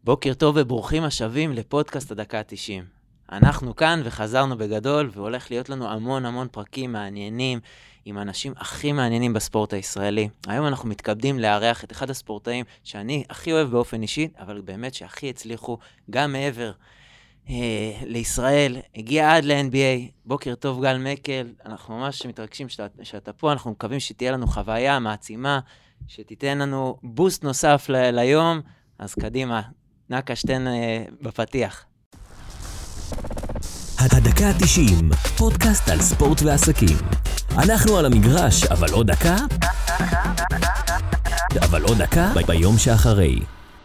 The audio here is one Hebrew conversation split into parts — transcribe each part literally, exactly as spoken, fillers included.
בוקר טוב וברוכים השבים לפודקאסט הדקה ה-תשעים. אנחנו כאן וחזרנו בגדול, והולך להיות לנו המון המון פרקים מעניינים, עם אנשים הכי מעניינים בספורט הישראלי. היום אנחנו מתכבדים לארח את אחד הספורטאים שאני הכי אוהב באופן אישי, אבל באמת שהכי הצליחו גם מעבר אה, לישראל. הגיע עד ל-אן בי איי. בוקר טוב גל מקל, אנחנו ממש מתרגשים שאתה, שאתה פה, אנחנו מקווים שתהיה לנו חוויה מעצימה, שתיתן לנו בוסט נוסף ל- ליום, אז קדימה. נקה שתן בפתיח. הדקה ה-תשעים, פודקאסט על ספורט ועסקים. אנחנו על המגרש, אבל עוד דקה? אבל עוד דקה ביום שאחרי.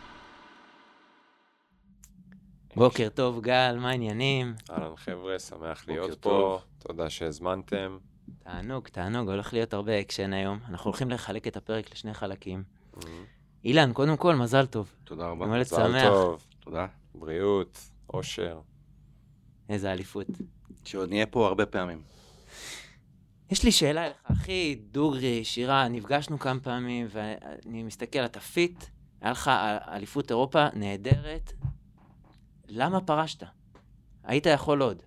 בוקר טוב גל, מה העניינים? אהלן חבר'ה, שמח להיות פה. תודה שהזמנתם. תענוג, תענוג, הולך להיות הרבה אקשן היום. אנחנו הולכים לחלק את הפרק לשני חלקים. אילן, קודם כל, מזל טוב. תודה רבה. מזל מזל טוב. תודה. בריאות, אושר. איזה אליפות. שעוד נהיה פה הרבה פעמים. יש לי שאלה אליך, אחי, דוגרי, שירה, נפגשנו כמה פעמים, ואני מסתכל, אתה פיט, היה לך אליפות אירופה נהדרת. למה פרשת? היית יכול עוד.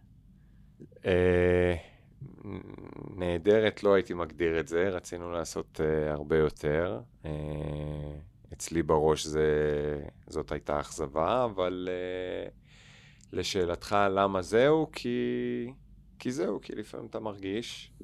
נהדרת, לא הייתי מגדיר את זה, רצינו לעשות הרבה יותר. אצלי בראש זה, זאת הייתה אכזבה, אבל uh, לשאלתך למה זהו? כי, כי זהו, כי לפעמים אתה מרגיש,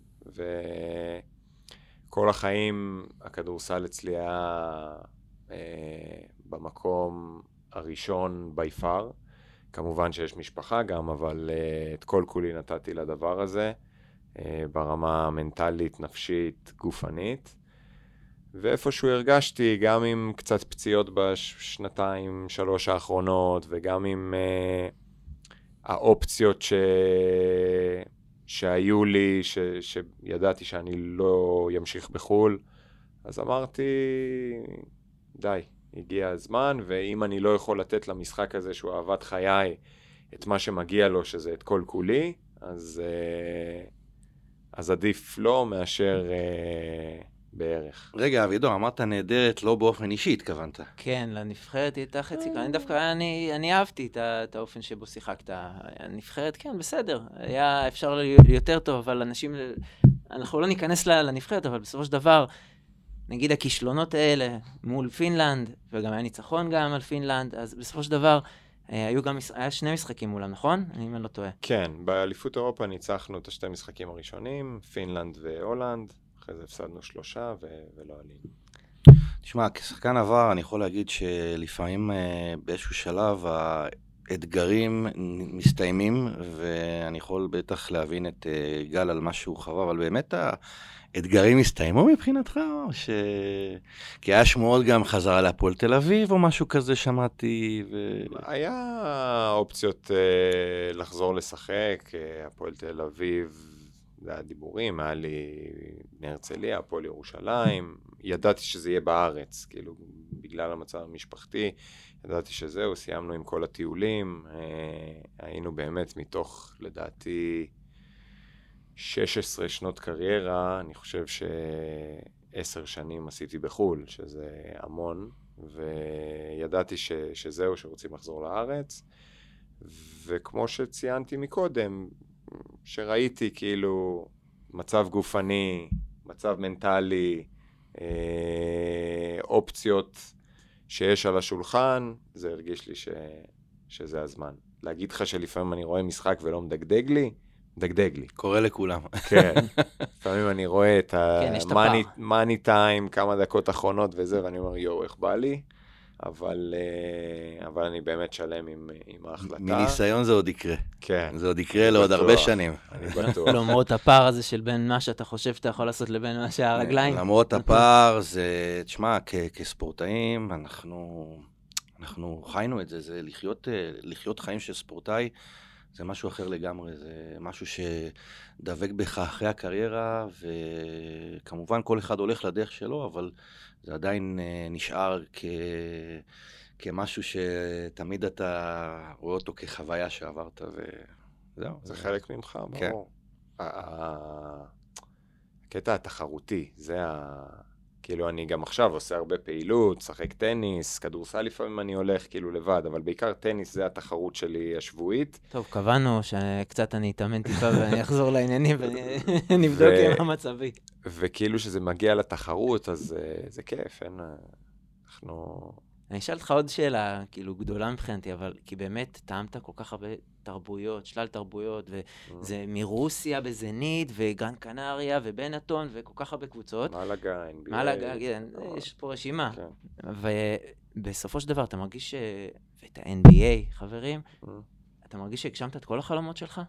וכל החיים הכדורסל אצלי היה uh, במקום הראשון by far. כמובן שיש משפחה גם, אבל uh, את כל כולי נתתי לדבר הזה, uh, ברמה מנטלית, נפשית, גופנית. ואיפשהו הרגשתי, גם עם קצת פציעות בשנתיים, שלוש האחרונות, וגם עם uh, האופציות ש... שהיו לי, ש... שידעתי שאני לא ימשיך בחול, אז אמרתי, די, הגיע הזמן, ואם אני לא יכול לתת למשחק הזה, שהוא אהבת חיי, את מה שמגיע לו, שזה את כל כולי, אז, uh, אז עדיף לא מאשר... Uh, בערך. רגע, אבידור, אמרת נהדרת, לא באופן אישי התכוונת. כן, לנבחרת הייתה חצי, אני דווקא, אני, אני אהבתי את, את האופן שבו שיחקת. הנבחרת, כן, בסדר, היה אפשר יותר טוב, אבל אנשים, אנחנו לא ניכנס לנבחרת, אבל בסופו של דבר, נגיד הכישלונות האלה מול פינלנד, וגם היה ניצחון גם על פינלנד, אז בסופו של דבר, היו גם, היה שני משחקים מולם, נכון? אם אני לא טועה. כן, באליפות אירופה ניצחנו את השתי משחקים הראשונים, פינלנד והולנד, אחרי זה הפסדנו שלושה ו- ולא עלינו. תשמע, כשחקן עבר אני יכול להגיד שלפעמים באיזשהו שלב האתגרים מסתיימים, ואני יכול בטח להבין את גל על מה שהוא חווה, אבל באמת האתגרים הסתיימו מבחינתך? או ש... כי היה שמועות גם חזרה להפועל תל אביב או משהו כזה שמעתי. ו... היה אופציות uh, לחזור לשחק, uh, הפועל תל אביב, זה היה דיבורים, היה לי בני הרצליה, הפועל ירושלים, ידעתי שזה יהיה בארץ, כאילו בגלל המצב המשפחתי, ידעתי שזהו, סיימנו עם כל הטיולים, היינו באמת מתוך, לדעתי, שש עשרה שנות קריירה, אני חושב שעשר שנים עשיתי בחול, שזה המון, וידעתי ש, שזהו, שרוצים לחזור לארץ, וכמו שציינתי מקודם, שראיתי כאילו מצב גופני, מצב מנטלי, אה, אופציות שיש על השולחן, זה הרגיש לי ש, שזה הזמן. להגיד לך שלפעמים אני רואה משחק ולא מדגדג לי, מדגדג לי. קורה לכולם. כן, לפעמים אני רואה את המאני טיים, כמה דקות אחרונות וזה, ואני אומר, יו, איך בא לי? אבל, אבל אני באמת שלם עם, עם ההחלטה. מניסיון זה עוד יקרה. כן. זה עוד יקרה לעוד הרבה שנים. אני בטוח. למרות הפער הזה של בין מה שאתה חושב שאתה יכול לעשות לבין מה שהרגליים. למרות הפער, זה, תשמע, כספורטאים, אנחנו, אנחנו חיינו את זה, זה לחיות, לחיות חיים של ספורטאי, זה משהו אחר לגמרי, זה משהו שדבק בך אחרי הקריירה, וכמובן כל אחד הולך לדרך שלו, אבל זה עדיין נשאר כ... כמשהו שתמיד אתה רואה אותו כחוויה שעברת, וזהו. זה חלק ממך, ברור. הקטע התחרותי, זה ה... כאילו, אני גם עכשיו עושה הרבה פעילות, שחק טניס, כדורסל לפעמים אני הולך כאילו לבד, אבל בעיקר טניס זה התחרות שלי השבועית. טוב, קבענו שקצת אני אתאמן טיפה ואני אחזור לעניינים ונבדוק עם המצבי. וכאילו שזה מגיע לתחרות, אז זה כיף, אין... אנחנו... אני אשאל אותך עוד שאלה, כאילו, גדולה מבחינתי, אבל כי באמת טעמת כל כך הרבה תרבויות, שלל תרבויות, וזה מרוסיה בזנית, וגרן קנריה, ובנטון, וכל כך הרבה קבוצות. מלאגה, אן בי איי. מלאגה, יש פה רשימה. ובסופו של דבר, אתה מרגיש, ואת ה-אן בי איי, חברים, אתה מרגיש שהגשמת את כל החלומות שלך?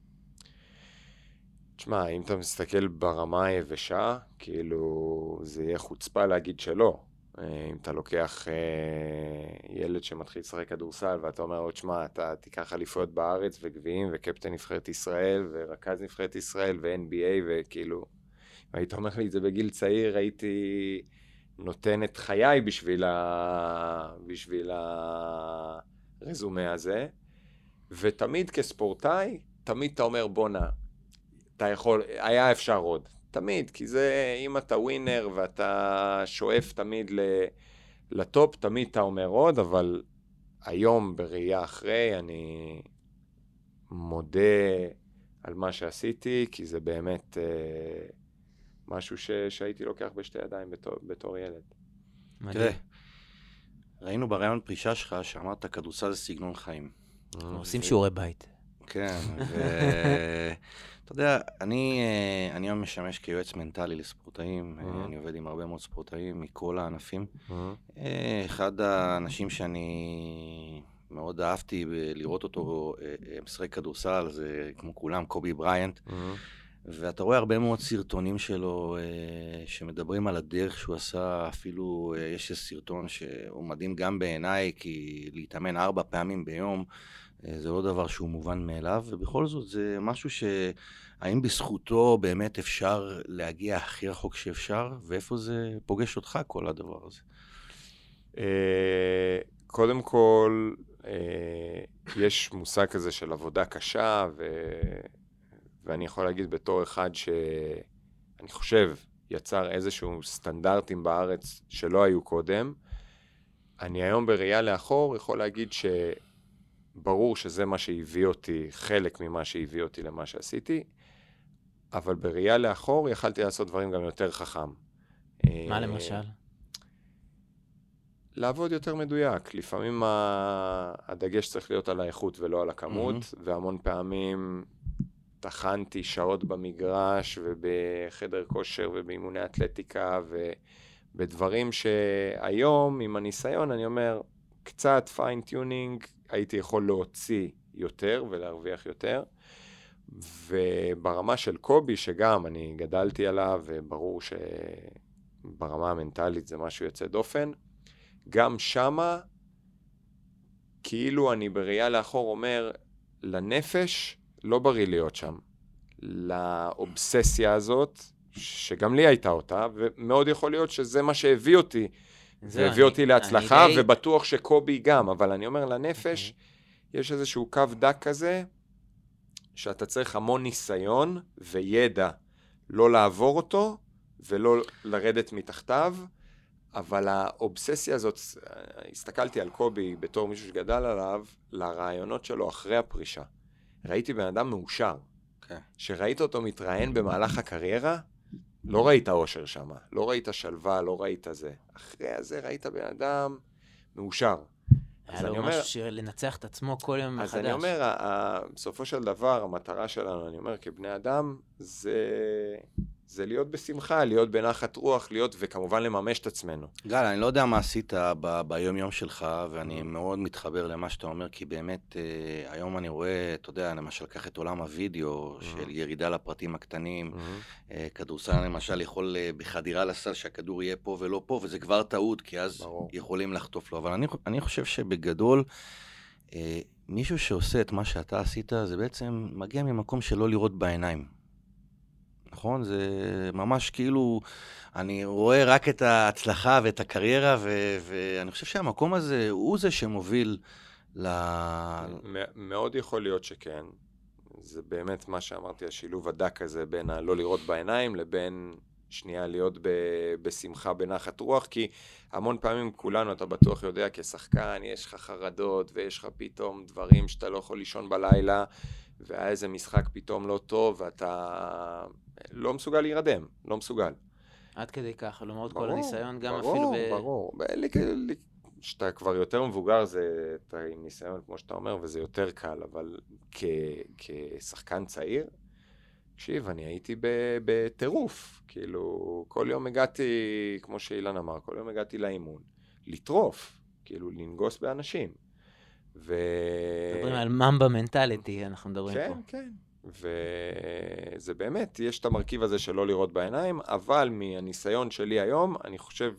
תשמע, אם אתה מסתכל ברמה היבשה, כאילו, זה יהיה חוצפה להגיד שלא. אם אתה לוקח ילד שמתחיל לשחק כדורסל, ואתה אומר לו, תשמע, אתה תיקח אליפויות בארץ וגביעים, וקפטן נבחרת ישראל, ורכז נבחרת ישראל, ו-אן בי איי, וכאילו, והיית אומר לי את זה בגיל צעיר, הייתי נותן את חיי בשביל, ה... בשביל הרזומה הזה, ותמיד כספורטאי, תמיד אתה אומר, בונה, אתה יכול, היה אפשר עוד. תמיד, כי זה, אם אתה ווינר ואתה שואף תמיד לטופ, תמיד אתה אומר עוד, אבל היום בראייה אחרי אני מודה על מה שעשיתי, כי זה באמת אה, משהו ש, שהייתי לוקח בשתי ידיים בתור, בתור ילד. תראה, ראינו ברעיון פרישה שלך שאמרת כדורסל זה סגנון חיים. אנחנו עושים שיעורי בית. כן, ו... אתה יודע, אני, אני היום משמש כיועץ מנטלי לספורטאים, mm-hmm. אני עובד עם הרבה מאוד ספורטאים מכל הענפים. Mm-hmm. אחד האנשים שאני מאוד אהבתי לראות אותו משחק כדורסל, זה כמו כולם, קובי בריינט, mm-hmm. ואתה רואה הרבה מאוד סרטונים שלו שמדברים על הדרך שהוא עשה, אפילו יש סרטון שהוא מדהים גם בעיניי, כי להתאמן ארבע פעמים ביום, זה לא דבר שהוא מובן מאליו, ובכל זאת זה משהו שהאם בזכותו באמת אפשר להגיע הכי רחוק שאפשר, ואיפה זה פוגש אותך כל הדבר הזה? קודם כל, יש מושג כזה של עבודה קשה, ואני יכול להגיד בתור אחד שאני חושב יצר איזשהו סטנדרטים בארץ שלא היו קודם, אני היום בראייה לאחור יכול להגיד ש... ברור שזה מה שהביא אותי, חלק ממה שהביא אותי למה שעשיתי, אבל בראייה לאחור יכלתי לעשות דברים גם יותר חכם. מה למשל? לעבוד יותר מדויק. לפעמים הדגש צריך להיות על האיכות ולא על הכמות, mm-hmm. והמון פעמים תחנתי שעות במגרש ובחדר כושר ובאימוני אתלטיקה ובדברים שהיום עם הניסיון אני אומר, קצת פיין-טיונינג, הייתי יכול להוציא יותר ולהרוויח יותר, וברמה של קובי, שגם אני גדלתי עליו, וברור שברמה המנטלית זה משהו יוצא דופן, גם שמה, כאילו אני בראייה לאחור אומר, לנפש לא בריא להיות שם, לאובססיה הזאת, שגם לי הייתה אותה, ומאוד יכול להיות שזה מה שהביא אותי, זה הביא אותי להצלחה, ובטוח שקובי גם, אבל אני אומר לנפש, יש איזשהו קו דק כזה, שאתה צריך המון ניסיון וידע לא לעבור אותו, ולא לרדת מתחתיו, אבל האובססיה הזאת, הסתכלתי על קובי בתור מישהו שגדל עליו, לרעיונות שלו אחרי הפרישה. ראיתי בן אדם מאושר, שראית אותו מתראיין במהלך הקריירה, לא ראית אושר שם, לא ראית שלווה, לא ראית זה. אחרי הזה ראית בן אדם מאושר. היה לו משהו שלנצח את עצמו כל יום מחדש. אז אני אומר, בסופו של דבר, המטרה שלנו, אני אומר, כבני אדם, זה, זה להיות בשמחה, להיות בנחת רוח, להיות, וכמובן לממש את עצמנו. גל, אני לא יודע מה עשית ב- ביום יום שלך, ואני מאוד מתחבר למה שאתה אומר, כי באמת, אה, היום אני רואה, אתה יודע, למשל, קח את עולם הוידאו, של ירידה לפרטים הקטנים, אה, כדורסל למשל יכול אה, בחדירה לסל שהכדור יהיה פה ולא פה, וזה כבר טעות, כי אז ברור. יכולים לחטוף לו. אבל אני, אני חושב שבגדול, אה, מישהו שעושה את מה שאתה עשית, זה בעצם מגיע ממקום שלא לראות בעיניים. נכון? זה ממש כאילו, אני רואה רק את ההצלחה ואת הקריירה, ו- ואני חושב שהמקום הזה הוא זה שמוביל ל... מאוד יכול להיות שכן. זה באמת מה שאמרתי, השילוב הדק הזה בין הלא לראות בעיניים לבין שנייה להיות ב- בשמחה, בנחת רוח, כי המון פעמים כולנו, אתה בטוח יודע, כשחקן, יש לך חרדות, ויש לך פתאום דברים שאתה לא יכול לישון בלילה, והיה איזה משחק פתאום לא טוב, ואתה לא מסוגל להירדם, לא מסוגל. עד כדי כך, למרות כל ברור, הניסיון, גם ברור, אפילו ב... ברור, ברור. שאתה כבר יותר מבוגר, זה, אתה עם ניסיון, כמו שאתה אומר, וזה יותר קל, אבל כ, כשחקן צעיר, תקשיב, אני הייתי בטירוף, כאילו, כל יום הגעתי, כמו שאילן אמר, כל יום הגעתי לאימון, לטרוף, כאילו, לנגוס באנשים. ו... מדברים על ממבה מנטליטי, אנחנו מדברים כן, פה. כן, כן. וזה באמת, יש את המרכיב הזה של לא לראות בעיניים, אבל מהניסיון שלי היום, אני חושב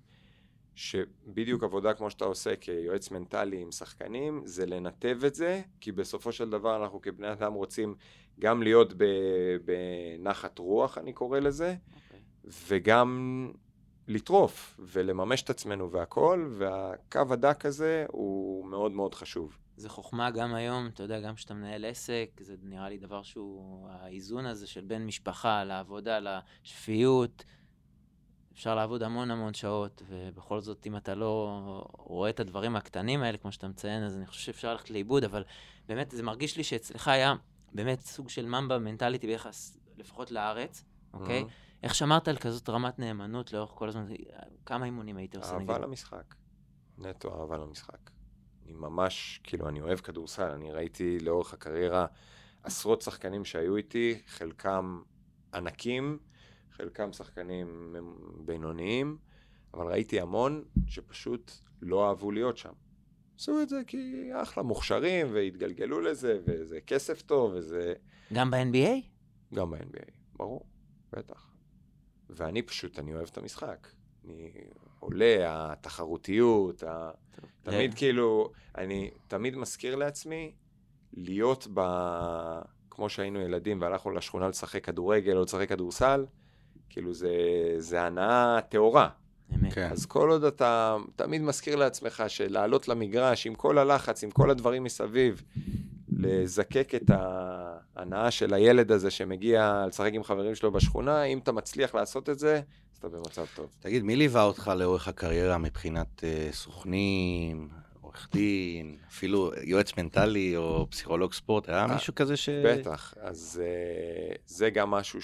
שבדיוק עבודה כמו שאתה עושה כיועץ מנטלי עם שחקנים, זה לנתב את זה, כי בסופו של דבר אנחנו כבני אדם רוצים גם להיות בנחת רוח, אני קורא לזה, okay. וגם לטרוף ולממש את עצמנו והכל, והקו הדק הזה הוא מאוד מאוד חשוב. זה חוכמה גם היום, אתה יודע, גם שאתה מנהל עסק, זה נראה לי דבר שהוא, האיזון הזה של בין משפחה לעבודה, לשפיות, אפשר לעבוד המון המון שעות, ובכל זאת, אם אתה לא רואה את הדברים הקטנים האלה, כמו שאתה מציין, אז אני חושב שאפשר ללכת לאיבוד, אבל באמת זה מרגיש לי שאצלך היה באמת סוג של ממבה מנטליטי ביחס, לפחות לארץ, אוקיי? איך שמרת על כזאת רמת נאמנות לאורך כל הזמן? כמה אימונים היית עושה נגיד? אהבה למשחק. נטו אהבה למשחק. אני ממש, כאילו, אני אוהב כדורסל. אני ראיתי לאורך הקריירה עשרות שחקנים שהיו איתי, חלקם ענקים, חלקם שחקנים בינוניים, אבל ראיתי המון שפשוט לא אהבו להיות שם. עשו את זה כי אחלה מוכשרים, והתגלגלו לזה, וזה כסף טוב, וזה... גם ב-אן בי איי? גם ב-אן בי איי, ברור, בטח. ואני פשוט, אני אוהב את המשחק. אני עולה, התחרותיות, ה... תמיד כאילו, אני תמיד מזכיר לעצמי להיות ב... כמו שהיינו ילדים והלכנו לשכונה לשחק כדורגל או לשחק כדורסל, כאילו זה, זה הנאה תאורה. כן. אז כל עוד אתה תמיד מזכיר לעצמך שלעלות למגרש עם כל הלחץ, עם כל הדברים מסביב, לזקק את ההנאה של הילד הזה שמגיע לשחק עם חברים שלו בשכונה, אם אתה מצליח לעשות את זה, אז אתה במצב טוב. תגיד, מי ליווה אותך לאורך הקריירה מבחינת uh, סוכנים, עורך דין, אפילו יועץ מנטלי או פסיכולוג ספורט? היה מישהו כזה ש... בטח, אז uh, זה גם משהו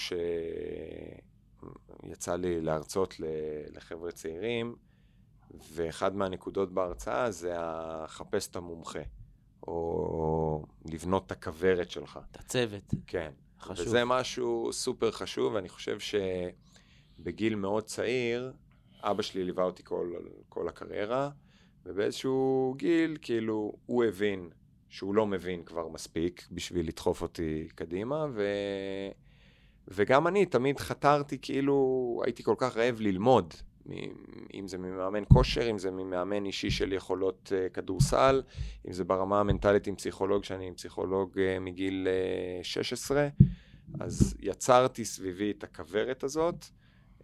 שיצא לי להרצות לחבר'ה צעירים, ואחד מהנקודות בהרצאה זה לחפש את המומחה. או לבנות את הכוורת שלך. את הצוות. כן. חשוב. וזה משהו סופר חשוב, ואני חושב שבגיל מאוד צעיר, אבא שלי ליווה אותי כל, כל הקריירה, ובאיזשהו גיל, כאילו, הוא הבין שהוא לא מבין כבר מספיק בשביל לדחוף אותי קדימה, ו... וגם אני תמיד חתרתי, כאילו, הייתי כל כך רעב ללמוד, אם זה ממאמן כושר, אם זה ממאמן אישי של יכולות uh, כדורסל, אם זה ברמה המנטלית עם פסיכולוג, שאני עם פסיכולוג uh, מגיל uh, שש עשרה, אז יצרתי סביבי את הכוורת הזאת, uh,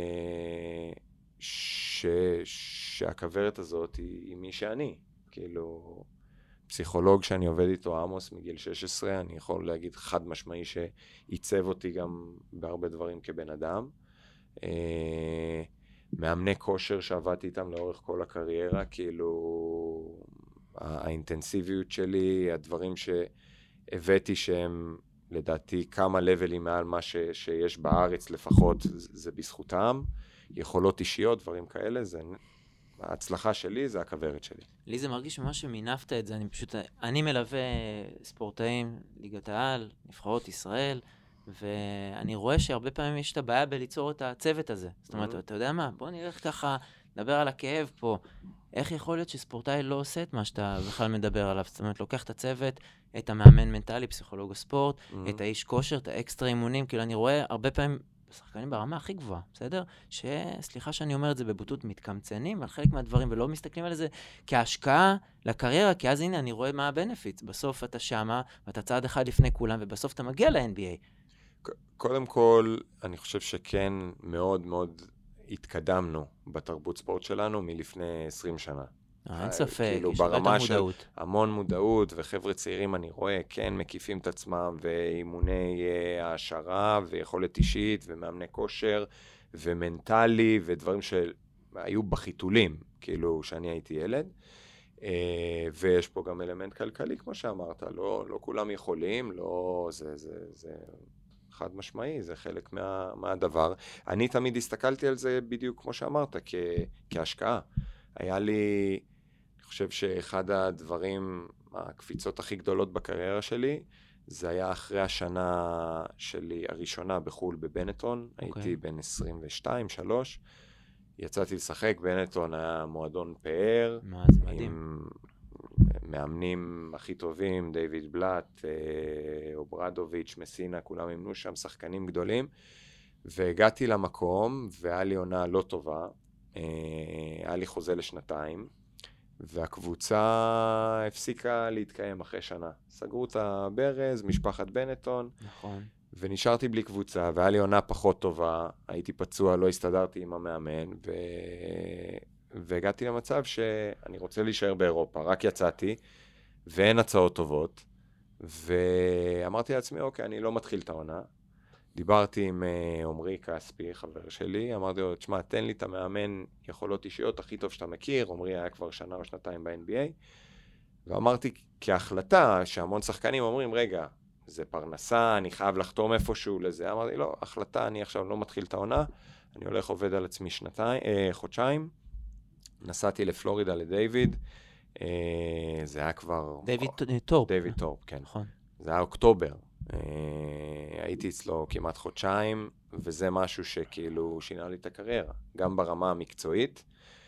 ש... שהכוורת הזאת היא, היא מי שאני, כאילו, פסיכולוג שאני עובד איתו, עמוס, מגיל שש עשרה, אני יכול להגיד חד משמעי שעיצב אותי גם בהרבה דברים כבן אדם, uh, מאמני כושר שעבדתי איתם לאורך כל הקריירה, כאילו האינטנסיביות שלי, הדברים שהבאתי שהם לדעתי כמה לבלים מעל מה ש, שיש בארץ לפחות, זה בזכותם, יכולות אישיות, דברים כאלה, זה, ההצלחה שלי זה הכוורת שלי. לי זה מרגיש ממש שמינפת את זה, אני פשוט, אני מלווה ספורטאים, ליגת העל, נבחרות ישראל, ואני רואה שהרבה פעמים יש את הבעיה בליצור את הצוות הזה. זאת אומרת, אתה יודע מה? בוא נלך ככה, נדבר על הכאב פה. איך יכול להיות שספורטאי לא עושה את מה שאתה בכלל מדבר עליו? זאת אומרת, לוקח את הצוות, את המאמן מנטלי, פסיכולוג הספורט, את האיש כושר, את האקסטרה אימונים. כאילו, אני רואה הרבה פעמים שחקנים ברמה הכי גבוהה, בסדר? שסליחה שאני אומר את זה בבוטות, מתקמצנים על חלק מהדברים, ולא מסתכלים על זה כהשקעה לקריירה, כי אז הנה, אני רואה מה הבנפיץ. בסוף אתה שמה, ואתה צעד אחד לפני כולם, ובסוף אתה מגיע ל-אן בי איי. קודם כל, אני חושב שכן מאוד מאוד התקדמנו בתרבות ספורט שלנו מלפני עשרים שנה. אין ספק, כאילו יש הרבה את ברמה של המודעות. המון מודעות, וחבר'ה צעירים אני רואה, כן, מקיפים את עצמם, ואימוני אה, העשרה, ויכולת אישית, ומאמני כושר, ומנטלי, ודברים שהיו בחיתולים, כאילו, שאני הייתי ילד. אה, ויש פה גם אלמנט כלכלי, כמו שאמרת, לא, לא כולם יכולים, לא, זה, זה, זה חד משמעי, זה חלק מה, מהדבר. אני תמיד הסתכלתי על זה בדיוק כמו שאמרת, כ, כהשקעה. היה לי, אני חושב שאחד הדברים, הקפיצות הכי גדולות בקריירה שלי, זה היה אחרי השנה שלי הראשונה בחול בבנטון, okay. הייתי בן עשרים ושתיים שלוש, יצאתי לשחק, בנטון היה מועדון פאר, מה, זה מדהים. עם מאמנים הכי טובים, דיוויד בלאט, אוברדוביץ', מסינה, כולם אימנו שם, שחקנים גדולים, והגעתי למקום, והיה לי עונה לא טובה, היה לי חוזה לשנתיים, והקבוצה הפסיקה להתקיים אחרי שנה. סגרו את הברז, משפחת בנטון, נכון. ונשארתי בלי קבוצה, והיה לי עונה פחות טובה, הייתי פצוע, לא הסתדרתי עם המאמן, ו... והגעתי למצב שאני רוצה להישאר באירופה, רק יצאתי, ואין הצעות טובות, ואמרתי לעצמי, אוקיי, אני לא מתחיל את העונה, דיברתי עם עומרי כספי, חבר שלי, אמרתי לו, תשמע, תן לי את המאמן יכולות אישיות הכי טוב שאתה מכיר, עומרי היה כבר שנה או שנתיים ב-אן בי איי, ואמרתי כהחלטה שהמון שחקנים אומרים, רגע, זה פרנסה, אני חייב לחתום איפשהו לזה, אמרתי, לא, החלטה, אני עכשיו לא מתחיל את העונה, אני הולך עובד על עצמי שנתיים, אה, חודשיים, נסעתי לפלורידה לדיוויד, אה, זה היה כבר... דיוויד טורפ. דיוויד טורפ, כן. נכון. זה היה אוקטובר. הייתי אצלו כמעט חודשיים, וזה משהו שכאילו שינה לי את הקריירה. גם ברמה המקצועית,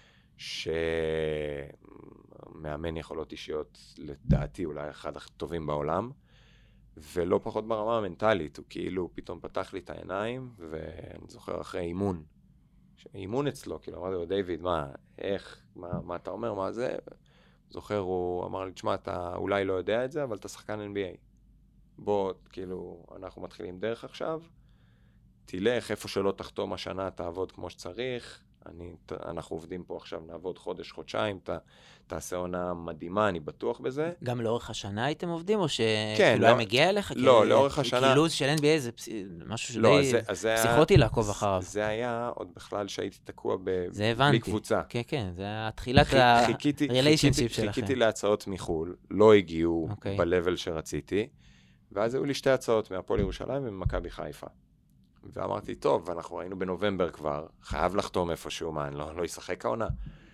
שמאמן יכולות אישיות, לדעתי אולי אחד הטובים בעולם, ולא פחות ברמה המנטלית. הוא כאילו פתאום פתח לי את העיניים, ואני זוכר אחרי אימון, אימון אצלו, כאילו אמרתי לו, דיוויד, מה, איך, מה, מה אתה אומר, מה זה? זוכר, הוא אמר לי, תשמע, אתה אולי לא יודע את זה, אבל אתה שחקן אן בי איי. בוא, כאילו, אנחנו מתחילים דרך עכשיו, תלך, איפה שלא תחתום השנה, תעבוד כמו שצריך, אני, אנחנו עובדים פה עכשיו, נעבוד חודש, חודשיים, ת, תעשה עונה מדהימה, אני בטוח בזה. גם לאורך השנה הייתם עובדים, או שכאילו כן, היה לא, מגיע אליך? לא, לאורך השנה... כי לוז של אן בי איי זה פס... משהו שדי לא, זה, זה פסיכוטי היה, לעקוב אחריו. זה היה עוד בכלל שהייתי תקוע ב... זה הבנתי. בלי קבוצה. כן, כן, זה היה תחילת חיכיתי, ה-relationship חיכיתי, שלכם. חיכיתי להצעות מחול, לא הגיעו אוקיי. ב-level שרציתי, ואז היו לי שתי הצעות מהפועל ירושלים וממכבי חיפה. ואמרתי, טוב, אנחנו היינו בנובמבר כבר, חייב לחתום איפשהו, מה, אני לא, לא אשחק העונה.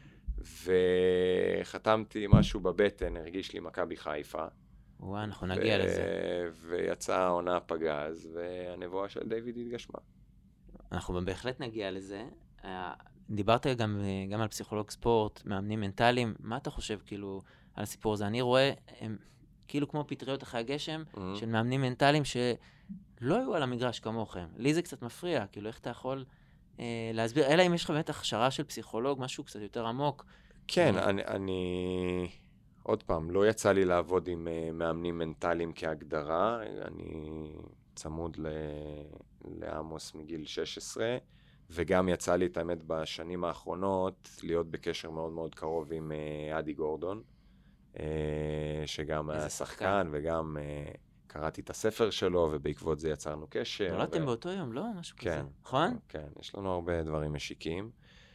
וחתמתי משהו בבטן, הרגיש לי מכבי חיפה. וואו, אנחנו נגיע ו... לזה. ויצאה העונה פגז, והנבואה של דיוויד התגשמה. אנחנו בהחלט נגיע לזה. דיברת גם, גם על פסיכולוג ספורט, מאמנים מנטליים. מה אתה חושב כאילו על הסיפור הזה? אני רואה, הם כאילו כמו פטריות אחרי הגשם, mm-hmm. של מאמנים מנטליים שלא היו על המגרש כמוכם. לי זה קצת מפריע, כאילו איך אתה יכול אה, להסביר, אלא אם יש לך באמת הכשרה של פסיכולוג, משהו קצת יותר עמוק. כן, אה... אני, אני, עוד פעם, לא יצא לי לעבוד עם uh, מאמנים מנטליים כהגדרה, אני צמוד ל... לעמוס מגיל שש עשרה, וגם יצא לי את האמת בשנים האחרונות להיות בקשר מאוד מאוד קרוב עם uh, אדי גורדון, uh, שגם היה שחקן וגם uh, קראתי את הספר שלו, ובעקבות זה יצרנו קשר. נולדתם ו... באותו יום, לא? משהו כן, כזה, נכון? כן, יש לנו הרבה דברים משיקים.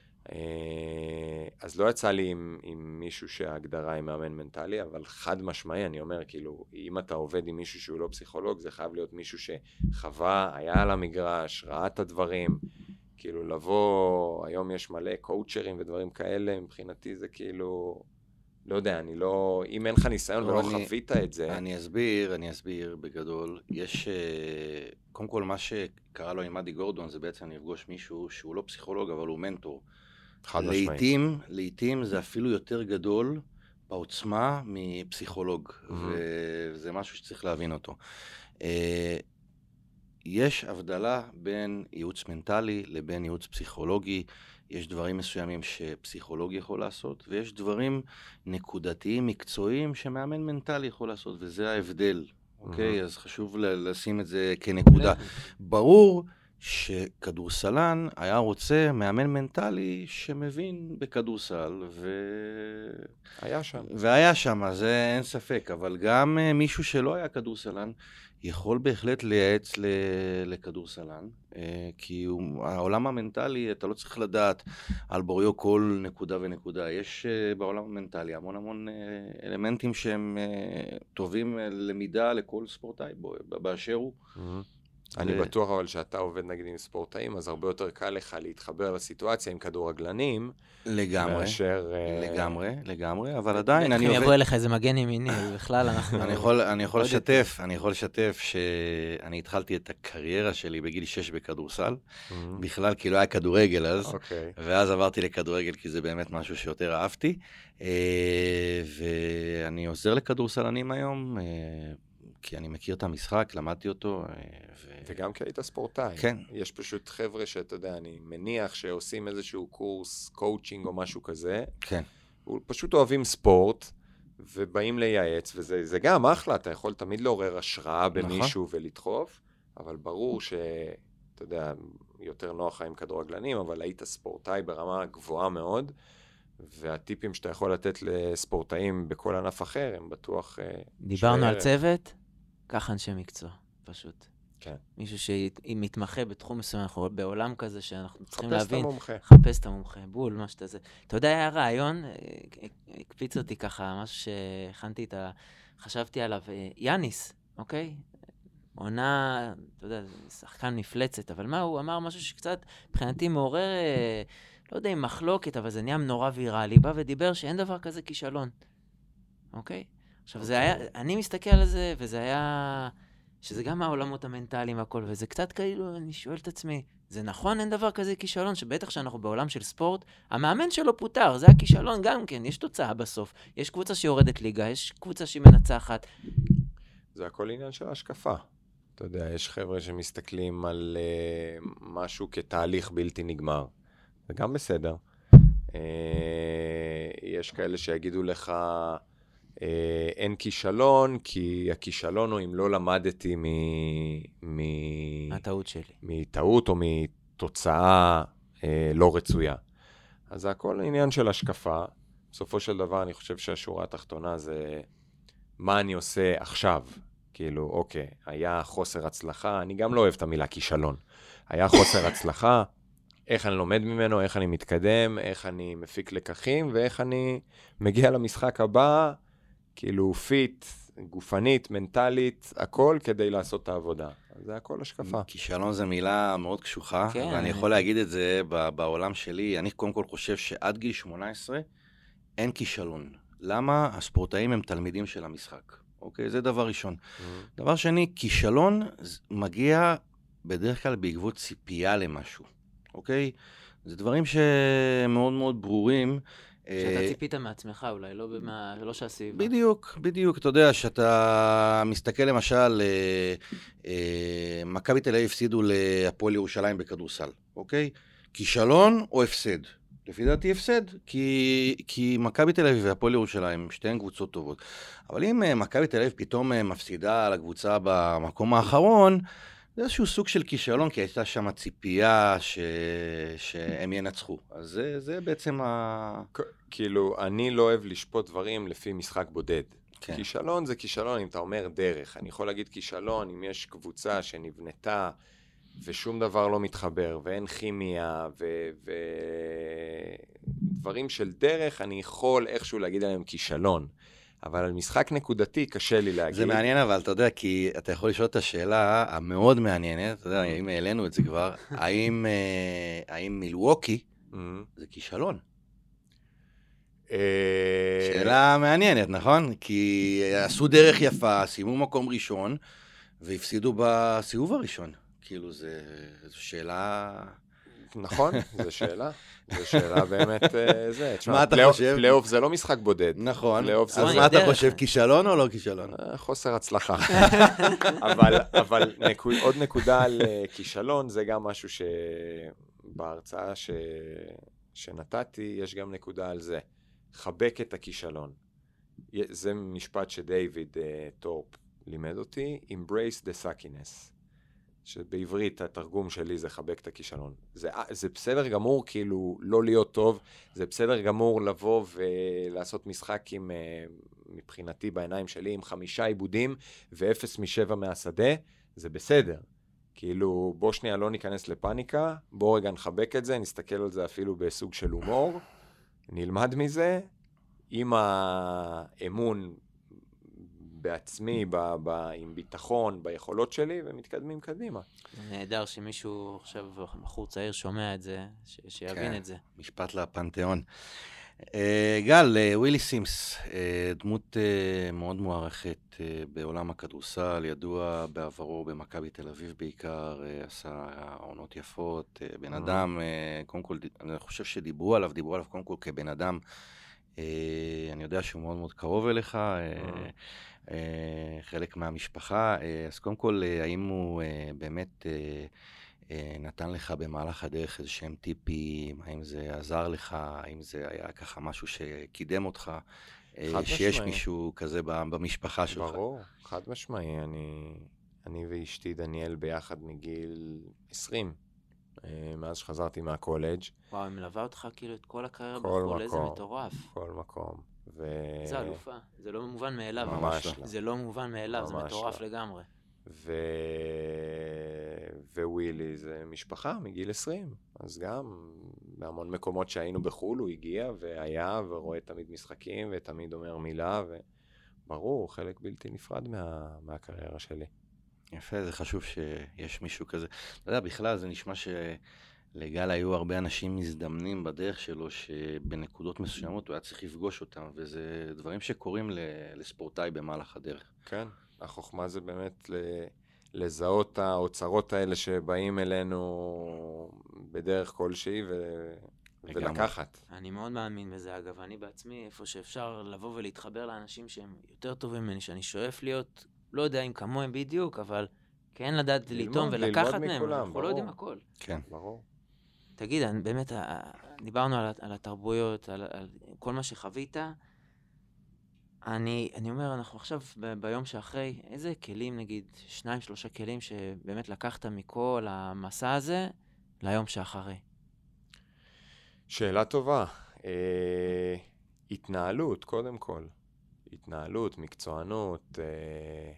אז לא יצא לי עם, עם מישהו שההגדרה היא מאמן מנטלי, אבל חד משמעי, אני אומר, כאילו, אם אתה עובד עם מישהו שהוא לא פסיכולוג, זה חייב להיות מישהו שחווה, היה על המגרש, ראה את הדברים, כאילו לבוא, היום יש מלא קואוצ'רים ודברים כאלה, מבחינתי זה כאילו, לא יודע, אני לא, אם אין לך ניסיון ולא אני, חווית את זה. אני אסביר, אני אסביר בגדול, יש, קודם כל מה שקרה לו עם אדי גורדון, זה בעצם לפגוש מישהו שהוא לא פסיכולוג, אבל הוא מנטור. לעתים, לעתים זה אפילו יותר גדול בעוצמה מפסיכולוג, mm-hmm. וזה משהו שצריך להבין אותו. יש הבדלה בין ייעוץ מנטלי לבין ייעוץ פסיכולוגי, יש דברים מסוימים שפסיכולוג יכול לעשות, ויש דברים נקודתיים, מקצועיים, שמאמן מנטלי יכול לעשות, וזה ההבדל, אוקיי? אז חשוב לשים את זה כנקודה. ברור שכדורסלן היה רוצה מאמן מנטלי שמבין בכדורסל, ו... היה שם. והיה שם, זה אין ספק, אבל גם uh, מישהו שלא היה כדורסלן, יכול בהחלט לייעץ ל... לכדורסלן, uh, כי הוא... העולם המנטלי, אתה לא צריך לדעת על בוריו כל נקודה ונקודה. יש uh, בעולם המנטלי המון המון uh, אלמנטים שהם uh, טובים uh, למידה לכל ספורטאי בו, באשר הוא. Mm-hmm. אני בטוח אבל שאתה עובד נגיד עם ספורטאים, אז הרבה יותר קל לך להתחבר לסיטואציה עם כדורגלנים. לגמרי, מאשר... לגמרי, לגמרי, אבל עדיין אני עובד... עובד... יבוא אליך איזה מגן ימיני, בכלל אנחנו... אני יכול, אני יכול לשתף, אני יכול לשתף שאני התחלתי את הקריירה שלי בגיל שש בכדורסל, בכלל כי לא היה כדורגל אז, ואז עברתי לכדורגל כי זה באמת משהו שיותר אהבתי, ואני עוזר לכדורסלנים היום, כי אני מכיר את המשחק, למדתי אותו. ו... וגם כי היית ספורטאי. כן. יש פשוט חבר'ה שאתה יודע, אני מניח שעושים איזשהו קורס, קואוצ'ינג או משהו כזה. כן. פשוט אוהבים ספורט, ובאים לייעץ, וזה זה גם אחלה, אתה יכול תמיד לעורר השראה במישהו נכון. ולדחוף, אבל ברור שאתה יודע, יותר נוח עם כדורגלנים, אבל היית ספורטאי ברמה גבוהה מאוד, והטיפים שאתה יכול לתת לספורטאים בכל ענף אחר, הם בטוח... דיברנו על צוות, ככה אנשי מקצוע, פשוט. כן. מישהו שמתמחה בתחום מסוים, אנחנו בעולם כזה שאנחנו צריכים להבין. חפש את המומחה. חפש את המומחה, בול, מה שאתה זה. אתה יודע, היה רעיון, הקפיץ אותי ככה, משהו שהכנתי את ה... חשבתי עליו, יאניס, אוקיי? עונה, אתה יודע, שחקן מפלצת, אבל מה, הוא אמר משהו שקצת, מבחינתי מעורר, לא יודע אם מחלוקת, אבל זה נהיה נורא ויראלי, בא ודיבר שאין דבר כזה כישלון, אוקיי? עכשיו, זה היה, אני מסתכל על זה, וזה היה, שזה גם העולמות המנטליים והכל, וזה קצת כאילו, אני שואל את עצמי, זה נכון, אין דבר כזה כישלון, שבטח שאנחנו בעולם של ספורט, המאמן שלו פוטר, זה הכישלון גם כן, יש תוצאה בסוף, יש קבוצה שיורדת ליגה, יש קבוצה שהיא מנצחת. זה הכל עניין של השקפה. אתה יודע, יש חבר'ה שמסתכלים על uh, משהו כתהליך בלתי נגמר. זה גם בסדר. Uh, יש כאלה שיגידו לך, uh, אין כישלון, כי הכישלון הוא אם לא למדתי מ... מ... הטעות שלי. מטעות או מתוצאה uh, לא רצויה. אז זה הכל עניין של השקפה. בסופו של דבר אני חושב שהשורה התחתונה זה מה אני עושה עכשיו. כאילו, אוקיי, היה חוסר הצלחה, אני גם לא אוהב את המילה כישלון. היה חוסר הצלחה, איך אני לומד ממנו, איך אני מתקדם, איך אני מפיק לקחים, ואיך אני מגיע למשחק הבא, כאילו פיט, גופנית, מנטלית, הכל כדי לעשות את העבודה. זה הכל השקפה. כישלון זה מילה מאוד קשוחה, כן, ואני יכול להגיד את זה בעולם שלי. אני קודם כל חושב שעד גיל שמונה עשרה אין כישלון. למה? הספורטאים הם תלמידים של המשחק. אוקיי, זה דבר ראשון. Mm-hmm. דבר שני, כישלון מגיע בדרך כלל בעקבות ציפייה למשהו. אוקיי? זה דברים שמאוד מאוד ברורים. שאתה ציפית מעצמך אולי, לא, במה, לא שהסביבה. בדיוק, בדיוק. אתה יודע, שאתה מסתכל למשל, מכבי תל אביב הפסידו להפועל ירושלים בכדורסל. אוקיי? כישלון או הפסד? לפי דעתי הפסד, כי, כי מכבי תל אביב והפועל ירושלים שתיהן קבוצות טובות. אבל אם מכבי תל אביב פתאום מפסידה על הקבוצה במקום האחרון, זה איזשהו סוג של כישלון, כי הייתה שם ציפייה ש... שהם ינצחו. אז זה, זה בעצם ה... כאילו, אני לא אוהב לשפוט דברים לפי משחק בודד. כן. כישלון זה כישלון, אם אתה אומר דרך. אני יכול להגיד כישלון, אם יש קבוצה שנבנתה, ושום דבר לא מתחבר, ואין כימיה, ודברים של דרך, אני יכול איכשהו להגיד עליהם כישלון. אבל על משחק נקודתי קשה לי להגיד. זה מעניין, אבל אתה יודע, כי אתה יכול לשאול את השאלה המאוד מעניינת, אתה יודע, אם העלינו את זה כבר, האם, האם מילווקי זה כישלון? שאלה מעניינת, נכון? כי עשו דרך יפה, סיימו מקום ראשון, והפסידו בסיבוב הראשון. כאילו, זו שאלה... נכון, זו שאלה. זו שאלה באמת, זה. מה אתה חושב? פלייאוף זה לא משחק בודד. נכון. אז מה אתה חושב, כישלון או לא כישלון? חוסר הצלחה. אבל עוד נקודה על כישלון, זה גם משהו שבהרצאה שנתתי, יש גם נקודה על זה. חבק את הכישלון. זה משפט שדייוויד טורפ לימד אותי, embrace the suckiness. שבעברית התרגום שלי זה חבק את הכישלון. זה, זה בסדר גמור כאילו לא להיות טוב, זה בסדר גמור לבוא ולעשות משחק עם, מבחינתי בעיניים שלי, עם חמישה עיבודים ואפס משבע מהשדה, זה בסדר. כאילו בוא שנייה לא ניכנס לפאניקה, בוא רגע נחבק את זה, נסתכל על זה אפילו בסוג של הומור, נלמד מזה, עם האמון בעצמי, ב, ב, עם ביטחון, ביכולות שלי, ומתקדמים קדימה. נהדר שמישהו עכשיו, בחור צעיר שומע את זה, ש, שיבין כן, את זה. משפט לפנתיאון. Uh, גל, uh, ווילי סימס, uh, דמות uh, מאוד מוערכת uh, בעולם הכדורסל, ידוע בעברו במכבי תל אביב בעיקר, uh, עשה עונות יפות, uh, בן אדם, uh, קודם כל, אני חושב שדיברו עליו, דיברו עליו קודם כל כבן אדם, uh, אני יודע שהוא מאוד מאוד קרוב אליך, uh, uh, חלק מהמשפחה, uh, אז קודם כל, uh, האם הוא uh, באמת... Uh, נתן לך במהלך הדרך איזה שהם טיפים, האם זה עזר לך, האם זה היה ככה משהו שקידם אותך, שיש מישהו כזה במשפחה שלך? ברור, חד משמעי, אני, אני ואשתי דניאל ביחד מגיל עשרים, מאז שחזרתי מהקולג'. וואו, היא מלווה אותך כאילו את כל הקריירה בחול, איזה מטורף. כל מקום. ו... זה אלופה, זה לא מובן מאליו. ממש לא. זה לא מובן מאליו, זה מטורף לא. לגמרי. ו... ווילי זה משפחה מגיל עשרים, אז גם בהמון מקומות שהיינו בחול הוא הגיע והיה ורואה תמיד משחקים ותמיד אומר מילה, וברור, חלק בלתי נפרד מה... מהקריירה שלי. יפה, זה חשוב שיש מישהו כזה. אתה יודע, בכלל זה נשמע שלגל היו הרבה אנשים מזדמנים בדרך שלו, שבנקודות מסוימות הוא היה צריך לפגוש אותם, וזה דברים שקורים לספורטאי במהלך הדרך. כן. החוכמה זה באמת לזהות האוצרות האלה שבאים אלינו בדרך כלשהי ו... ולקחת. אני מאוד מאמין בזה, אגב. אני בעצמי, איפה שאפשר לבוא ולהתחבר לאנשים שהם יותר טובים ממני, שאני שואף להיות, לא יודע אם כמוהם בדיוק, אבל כן לדעת לטעום ולקחת מהם, אנחנו לא יודעים הכל. כן. ברור. תגיד, באמת, דיברנו על, על התרבויות, על, על כל מה שחווית, אני, אני אומר, אנחנו עכשיו ב- ביום שאחרי, איזה כלים, נגיד, שניים, שלושה כלים שבאמת לקחת מכל המסע הזה ליום שאחרי? שאלה טובה. אה, התנהלות, קודם כל. התנהלות, מקצוענות, אה,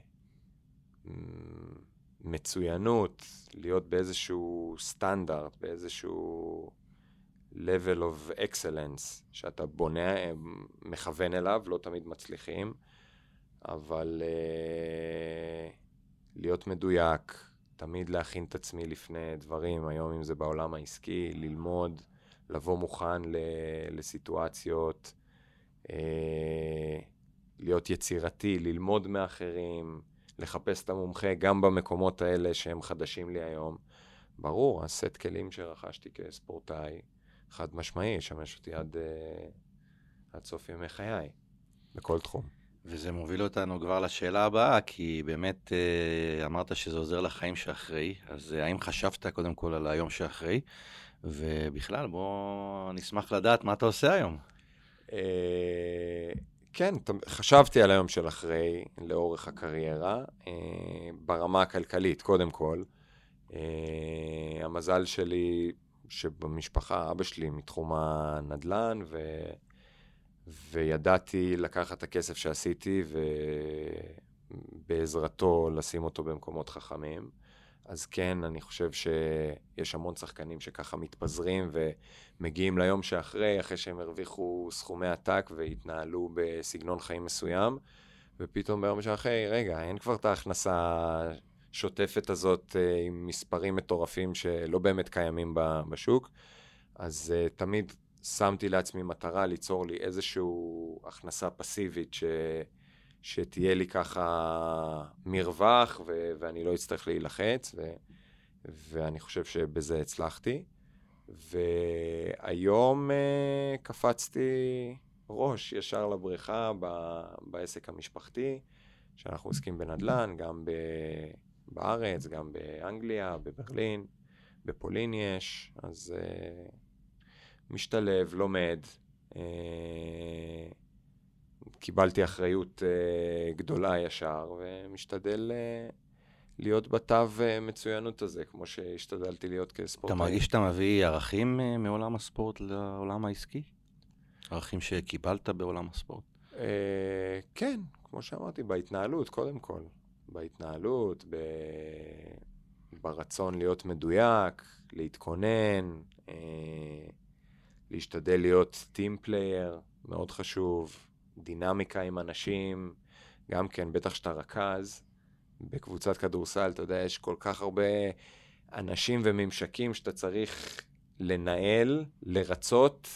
מצוינות, להיות באיזשהו סטנדרט, באיזשהו level of excellence, שאתה בונה, מכוון אליו, לא תמיד מצליחים, אבל uh, להיות מדויק, תמיד להכין את עצמי לפני דברים, היום אם זה בעולם העסקי, ללמוד, לבוא מוכן ל- לסיטואציות, uh, להיות יצירתי, ללמוד מאחרים, לחפש את המומחה גם במקומות האלה שהם חדשים לי היום. ברור, הסט כלים שרכשתי כספורטאי, חד משמעי, ישמש אותי עד, עד סוף ימי חיי, בכל תחום. וזה מוביל אותנו כבר לשאלה הבאה, כי באמת אמרת שזה עוזר לחיים שאחרי, אז האם חשבת קודם כל על היום שאחרי, ובכלל בוא נשמח לדעת מה אתה עושה היום. כן, חשבתי על היום של אחרי, לאורך הקריירה, ברמה הכלכלית, קודם כל. המזל שלי שבמשפחה, אבא שלי מתחום הנדל"ן, ו... וידעתי לקחת את הכסף שעשיתי, ובעזרתו לשים אותו במקומות חכמים. אז כן, אני חושב שיש המון שחקנים שככה מתפזרים, ומגיעים ליום שאחרי, אחרי שהם הרוויחו סכומי עתק, והתנהלו בסגנון חיים מסוים, ופתאום ביום שאחרי, רגע, אין כבר את ההכנסה שוטפת הזאת עם מספרים מטורפים שלא באמת קיימים בשוק, אז uh, תמיד שמתי לעצמי מטרה ליצור לי איזושהי הכנסה פסיבית ש... שתהיה לי ככה מרווח ו... ואני לא אצטרך להילחץ, ו... ואני חושב שבזה הצלחתי. והיום uh, קפצתי ראש ישר לבריכה ב... בעסק המשפחתי, שאנחנו עוסקים בנדל"ן, גם ב... בארץ, גם באנגליה, בברלין, בפולין יש, אז uh, משתלב, לומד, uh, קיבלתי אחריות uh, גדולה ישר, ומשתדל uh, להיות בתו מצוינות הזה, כמו שהשתדלתי להיות כספורטאי. אתה מרגיש שאתה מביא ערכים מעולם הספורט לעולם העסקי? ערכים שקיבלת בעולם הספורט? אה, כן, כמו שאמרתי, בהתנהלות, קודם כל. בהתנהלות, ב... ברצון להיות מדויק, להתכונן, אה, להשתדל להיות טים פלייר, מאוד חשוב, דינמיקה עם אנשים, גם כן, בטח שאתה רכז, בקבוצת כדורסל, אתה יודע, יש כל כך הרבה אנשים וממשקים שאתה צריך לנהל, לרצות,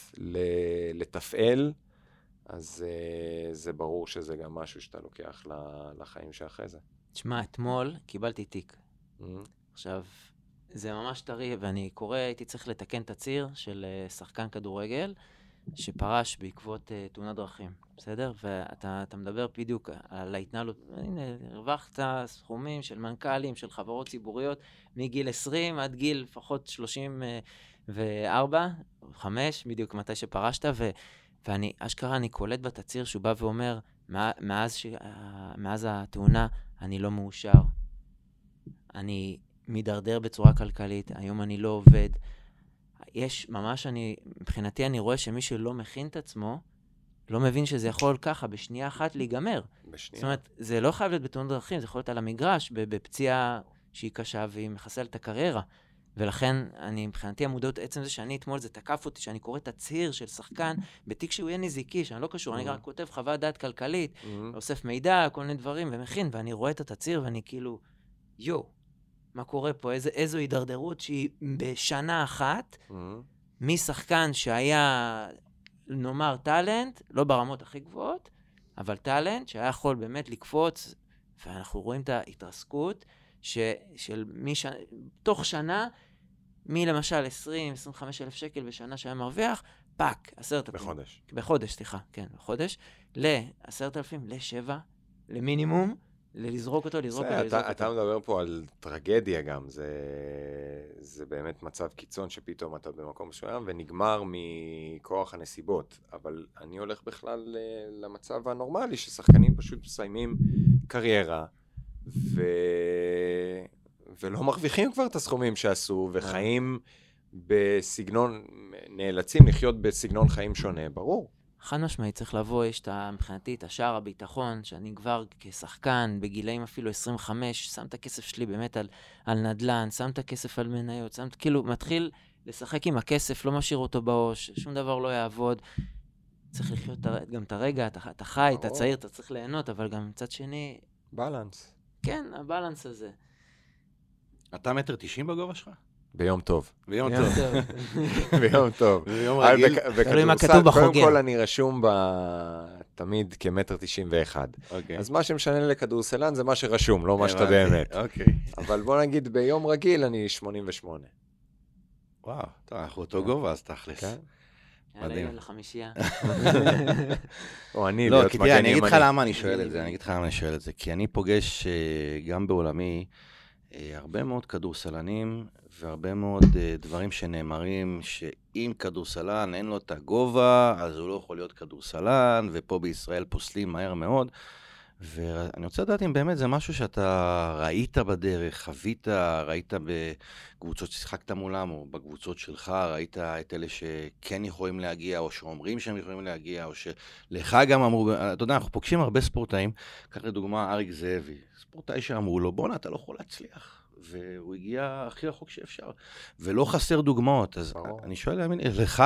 לתפעל, אז uh, זה ברור שזה גם משהו שאתה לוקח לחיים שאחרי זה. תשמע, אתמול קיבלתי תיק. Mm-hmm. עכשיו, זה ממש טרי, ואני קורא, הייתי צריך לתקן את הציר של uh, שחקן כדורגל, שפרש בעקבות uh, תאונת דרכים, בסדר? ואתה אתה מדבר בדיוק על ההתנהלות, הנה, הרווחת סכומים של מנכ"לים, של חברות ציבוריות, מגיל עשרים עד גיל לפחות שלושים וארבע, חמש, בדיוק מתי שפרשת, ו... ואני, אשכרה, אני קולט בתציר שהוא בא ואומר, מאז, ש... מאז התאונה, אני לא מאושר. אני מדרדר בצורה כלכלית, היום אני לא עובד. יש, ממש אני, מבחינתי אני רואה שמי שלא מכין את עצמו, לא מבין שזה יכול ככה, בשנייה אחת להיגמר. בשנייה. זאת אומרת, זה לא חייב להיות בתאונת דרכים, זה יכול להיות על המגרש, בפציעה שהיא קשה, והיא מחסלת את הקריירה. ולכן, אני, מבחינתי, המודעות, עצם זה שאני אתמול, זה תקף אותי, שאני קורא תצהיר של שחקן, בתיק שהוא יהיה נזיקי, שאני לא קשור, אני רק כותב חוות דעת כלכלית, אוסף מידע, כל מיני דברים, ומכין, ואני רואה את התצהיר, ואני כאילו, יו, מה קורה פה? איזו, איזו הידרדרות שהיא בשנה אחת, משחקן שהיה, נאמר, טלנט, לא ברמות הכי גבוהות, אבל טלנט, שהיה יכול באמת לקפוץ, ואנחנו רואים את ההתרסקות, ש, של מי ש... תוך שנה, מי למשל עשרים, עשרים וחמישה אלף שקל בשנה שהיה מרוויח, פאק, עשרת אלפים. בחודש. בחודש, סליחה, כן, בחודש, לעשרת אלפים, לשבע, למינימום, לזרוק אותו, לזרוק אותו, לזרוק אותו. אתה מדבר פה על טרגדיה גם, זה, זה באמת מצב קיצון שפתאום אתה במקום מסוים, ונגמר מכוח הנסיבות. אבל אני הולך בכלל למצב הנורמלי, ששחקנים פשוט מסיימים קריירה, ו... ולא מרוויחים כבר את הסכומים שעשו, וחיים בסגנון, נאלצים לחיות בסגנון חיים שונה, ברור. חד משמעית, צריך לבוא, יש את מבחינתי, את השער הביטחון, שאני כבר כשחקן, בגילאים אפילו עשרים וחמש, שם את הכסף שלי באמת על, על נדל"ן, שם את הכסף על מניות, שם, כאילו, מתחיל לשחק עם הכסף, לא משאיר אותו בראש, שום דבר לא יעבוד. צריך לחיות גם את הרגע, אתה, אתה חי, אתה צעיר, אתה צריך ליהנות, אבל גם מצד שני... בלנס. כן, הבלנס הזה. אתה מטר תשעים בגובה שלך? ביום טוב. ביום טוב. ביום טוב. ביום רגיל. תלוי מה כתוב בחוגר. קודם כל אני רשום תמיד כמטר תשעים ואחד. אז מה שמשנה לכדורסלן זה מה שרשום, לא מה שאתה באמת. אבל בוא נגיד ביום רגיל אני שמונים ושמונה. וואו, אנחנו אותו גובה אז תכלס. מדהים. יאללה, לחמישייה. או אני, לא, להיות כי מגן תראה, אני אגיד לך ימני. למה אני שואל את זה, אני אגיד לך למה אני שואל את זה, כי אני פוגש גם בעולמי הרבה מאוד כדורסלנים, והרבה מאוד דברים שנאמרים, שאם כדורסלן אין לו את הגובה, אז הוא לא יכול להיות כדורסלן, ופה בישראל פוסלים מהר מאוד, ואני רוצה לדעת אם באמת זה משהו שאתה ראית בדרך, חווית, ראית בקבוצות ששיחקת מולם, או בקבוצות שלך, ראית את אלה שכן יכולים להגיע, או שאומרים שהם יכולים להגיע, או שלך גם אמרו, אתה יודע, אנחנו פוגשים הרבה ספורטאים, כך לדוגמה אריק זאבי, ספורטאי שאמרו לו, בונה, אתה לא יכול להצליח, והוא הגיע הכי רחוק שאפשר, ולא חסר דוגמאות, אז ברור. אני שואל, לך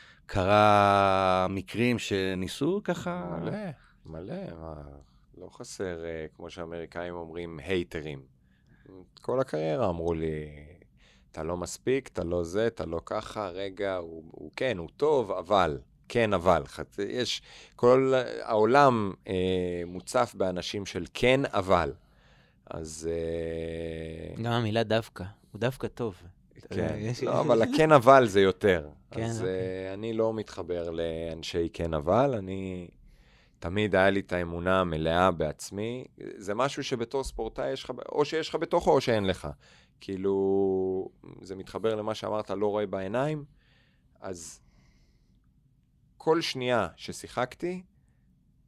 קרה מקרים שניסו ככה? מלא, מלא, מה... לא חסר, כמו שהאמריקאים אומרים, הייטרים. כל הקריירה אמרו לי, אתה לא מספיק, אתה לא זה, אתה לא ככה, רגע, הוא, הוא כן, הוא טוב, אבל, כן, אבל. יש, כל העולם אה, מוצף באנשים של כן, אבל. אז... אה... גם המילה דווקא, הוא דווקא טוב. כן, לא, אבל הכן אבל זה יותר. כן, אז אוקיי. אה, אני לא מתחבר לאנשי כן אבל, אני... תמיד היה לי את האמונה המלאה בעצמי, זה משהו שבתור ספורטאי יש לך, או שיש לך בתוכו או שאין לך. כאילו, זה מתחבר למה שאמרת, לא רואה בעיניים, אז כל שנייה ששיחקתי,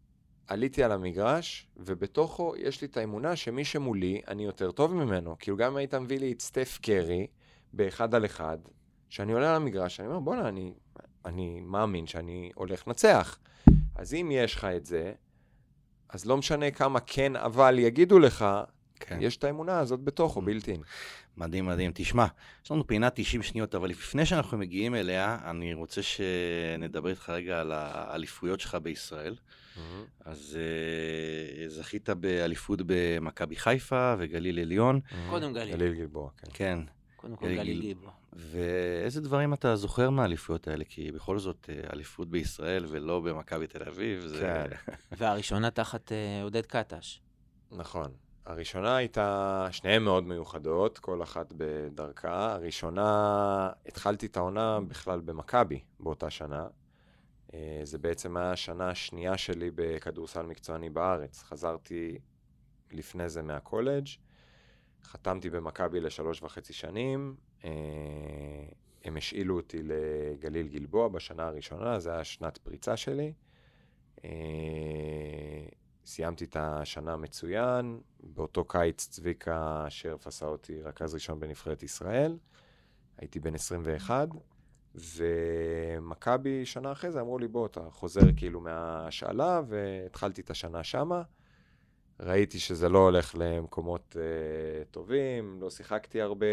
עליתי על המגרש, ובתוכו יש לי את האמונה שמי שמולי, אני יותר טוב ממנו. כאילו גם אם היית מביא לי את סטף קרי, באחד על אחד, שאני עולה על המגרש, אני אומר, בוא'נה, אני, אני מאמין שאני הולך לנצח. אז אם יש לך את זה, אז לא משנה כמה כן אבל יגידו לך, כן. יש את האמונה הזאת בתוכו, בלתי. מדהים, מדהים. תשמע, יש לנו פינה תשעים שניות, אבל לפני שאנחנו מגיעים אליה, אני רוצה שנדבר איתך רגע על האליפויות שלך בישראל. Mm-hmm. אז uh, זכית באליפות במכבי חיפה וגליל עליון. Mm-hmm. קודם גליל. גליל גלבוע, כן. כן. קודם כל גליל גלבוע. ואיזה דברים אתה זוכר מהאליפויות האלה? כי בכל זאת, אליפות בישראל ולא במכבי תל אביב. זה... כן. והראשונה תחת uh, עודד קטש. נכון. הראשונה הייתה, שניהן מאוד מיוחדות, כל אחת בדרכה. הראשונה, התחלתי את העונה בכלל במכבי באותה שנה. זה בעצם היה השנה השנייה שלי בכדורסל מקצועני בארץ. חזרתי לפני זה מהקולג', חתמתי במכבי לשלוש וחצי שנים, הם השאילו אותי לגליל גלבוע בשנה הראשונה, זה היה שנת פריצה שלי. סיימתי את השנה מצוין, באותו קיץ צביקה שרף עשה אותי רכז ראשון בנבחרת ישראל, הייתי בן עשרים ואחת, ומכבי שנה אחרי זה אמרו לי בוא, אתה חוזר כאילו מהשאלה, והתחלתי את השנה שמה, ראיתי שזה לא הולך למקומות uh, טובים, לא שיחקתי הרבה,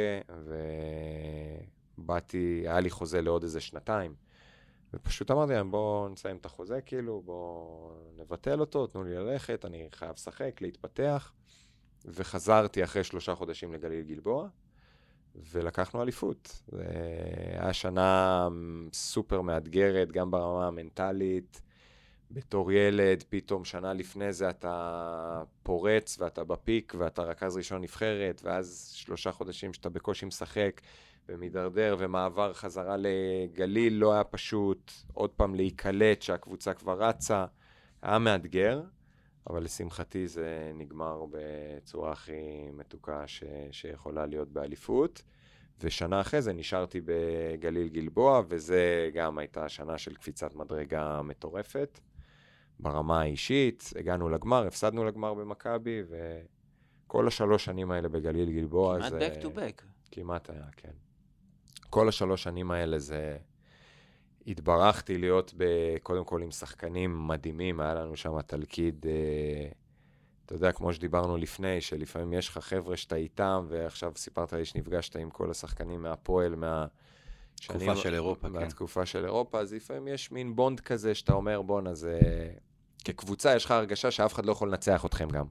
ובאתי, היה לי חוזה לעוד איזה שנתיים, ופשוט אמרתי להם, בואו נסיים את החוזה, כאילו, בואו נבטל אותו, תנו לי ללכת, אני חייב לשחק, להתפתח, וחזרתי אחרי שלושה חודשים לגליל גלבוע, ולקחנו אליפות. זה היה שנה סופר מאתגרת, גם ברמה המנטלית, בתור ילד, פתאום שנה לפני זה אתה פורץ, ואתה בפיק, ואתה רכז ראשון נבחרת, ואז שלושה חודשים שאתה בקושי משחק, ומדרדר ומעבר חזרה לגליל לא היה פשוט, עוד פעם להיקלט שהקבוצה כבר רצה, היה מאתגר, אבל לשמחתי זה נגמר בצורה הכי מתוקה ש... שיכולה להיות באליפות, ושנה אחרי זה נשארתי בגליל גלבוע, וזה גם הייתה שנה של קפיצת מדרגה מטורפת, ברמה האישית, הגענו לגמר, הפסדנו לגמר במכבי, וכל השלוש שנים האלה בגליל גלבוע, כמעט זה... back to back. כמעט היה, כן. כל השלוש שנים האלה זה... התברכתי להיות ב... קודם כל עם שחקנים מדהימים, היה לנו שם תלכיד, אה... אתה יודע, כמו שדיברנו לפני, שלפעמים יש לך חבר'ה שאתה איתם, ועכשיו סיפרת לי שנפגשת עם כל השחקנים מהפועל, מה... תקופה שנים... של אירופה, כן. מהתקופה של אירופה, אז לפעמים יש מין בונד כזה שאתה אומר, בונה, זה... כקבוצה יש לך הרגשה שאף אחד לא יכול לנצח אתכם גם.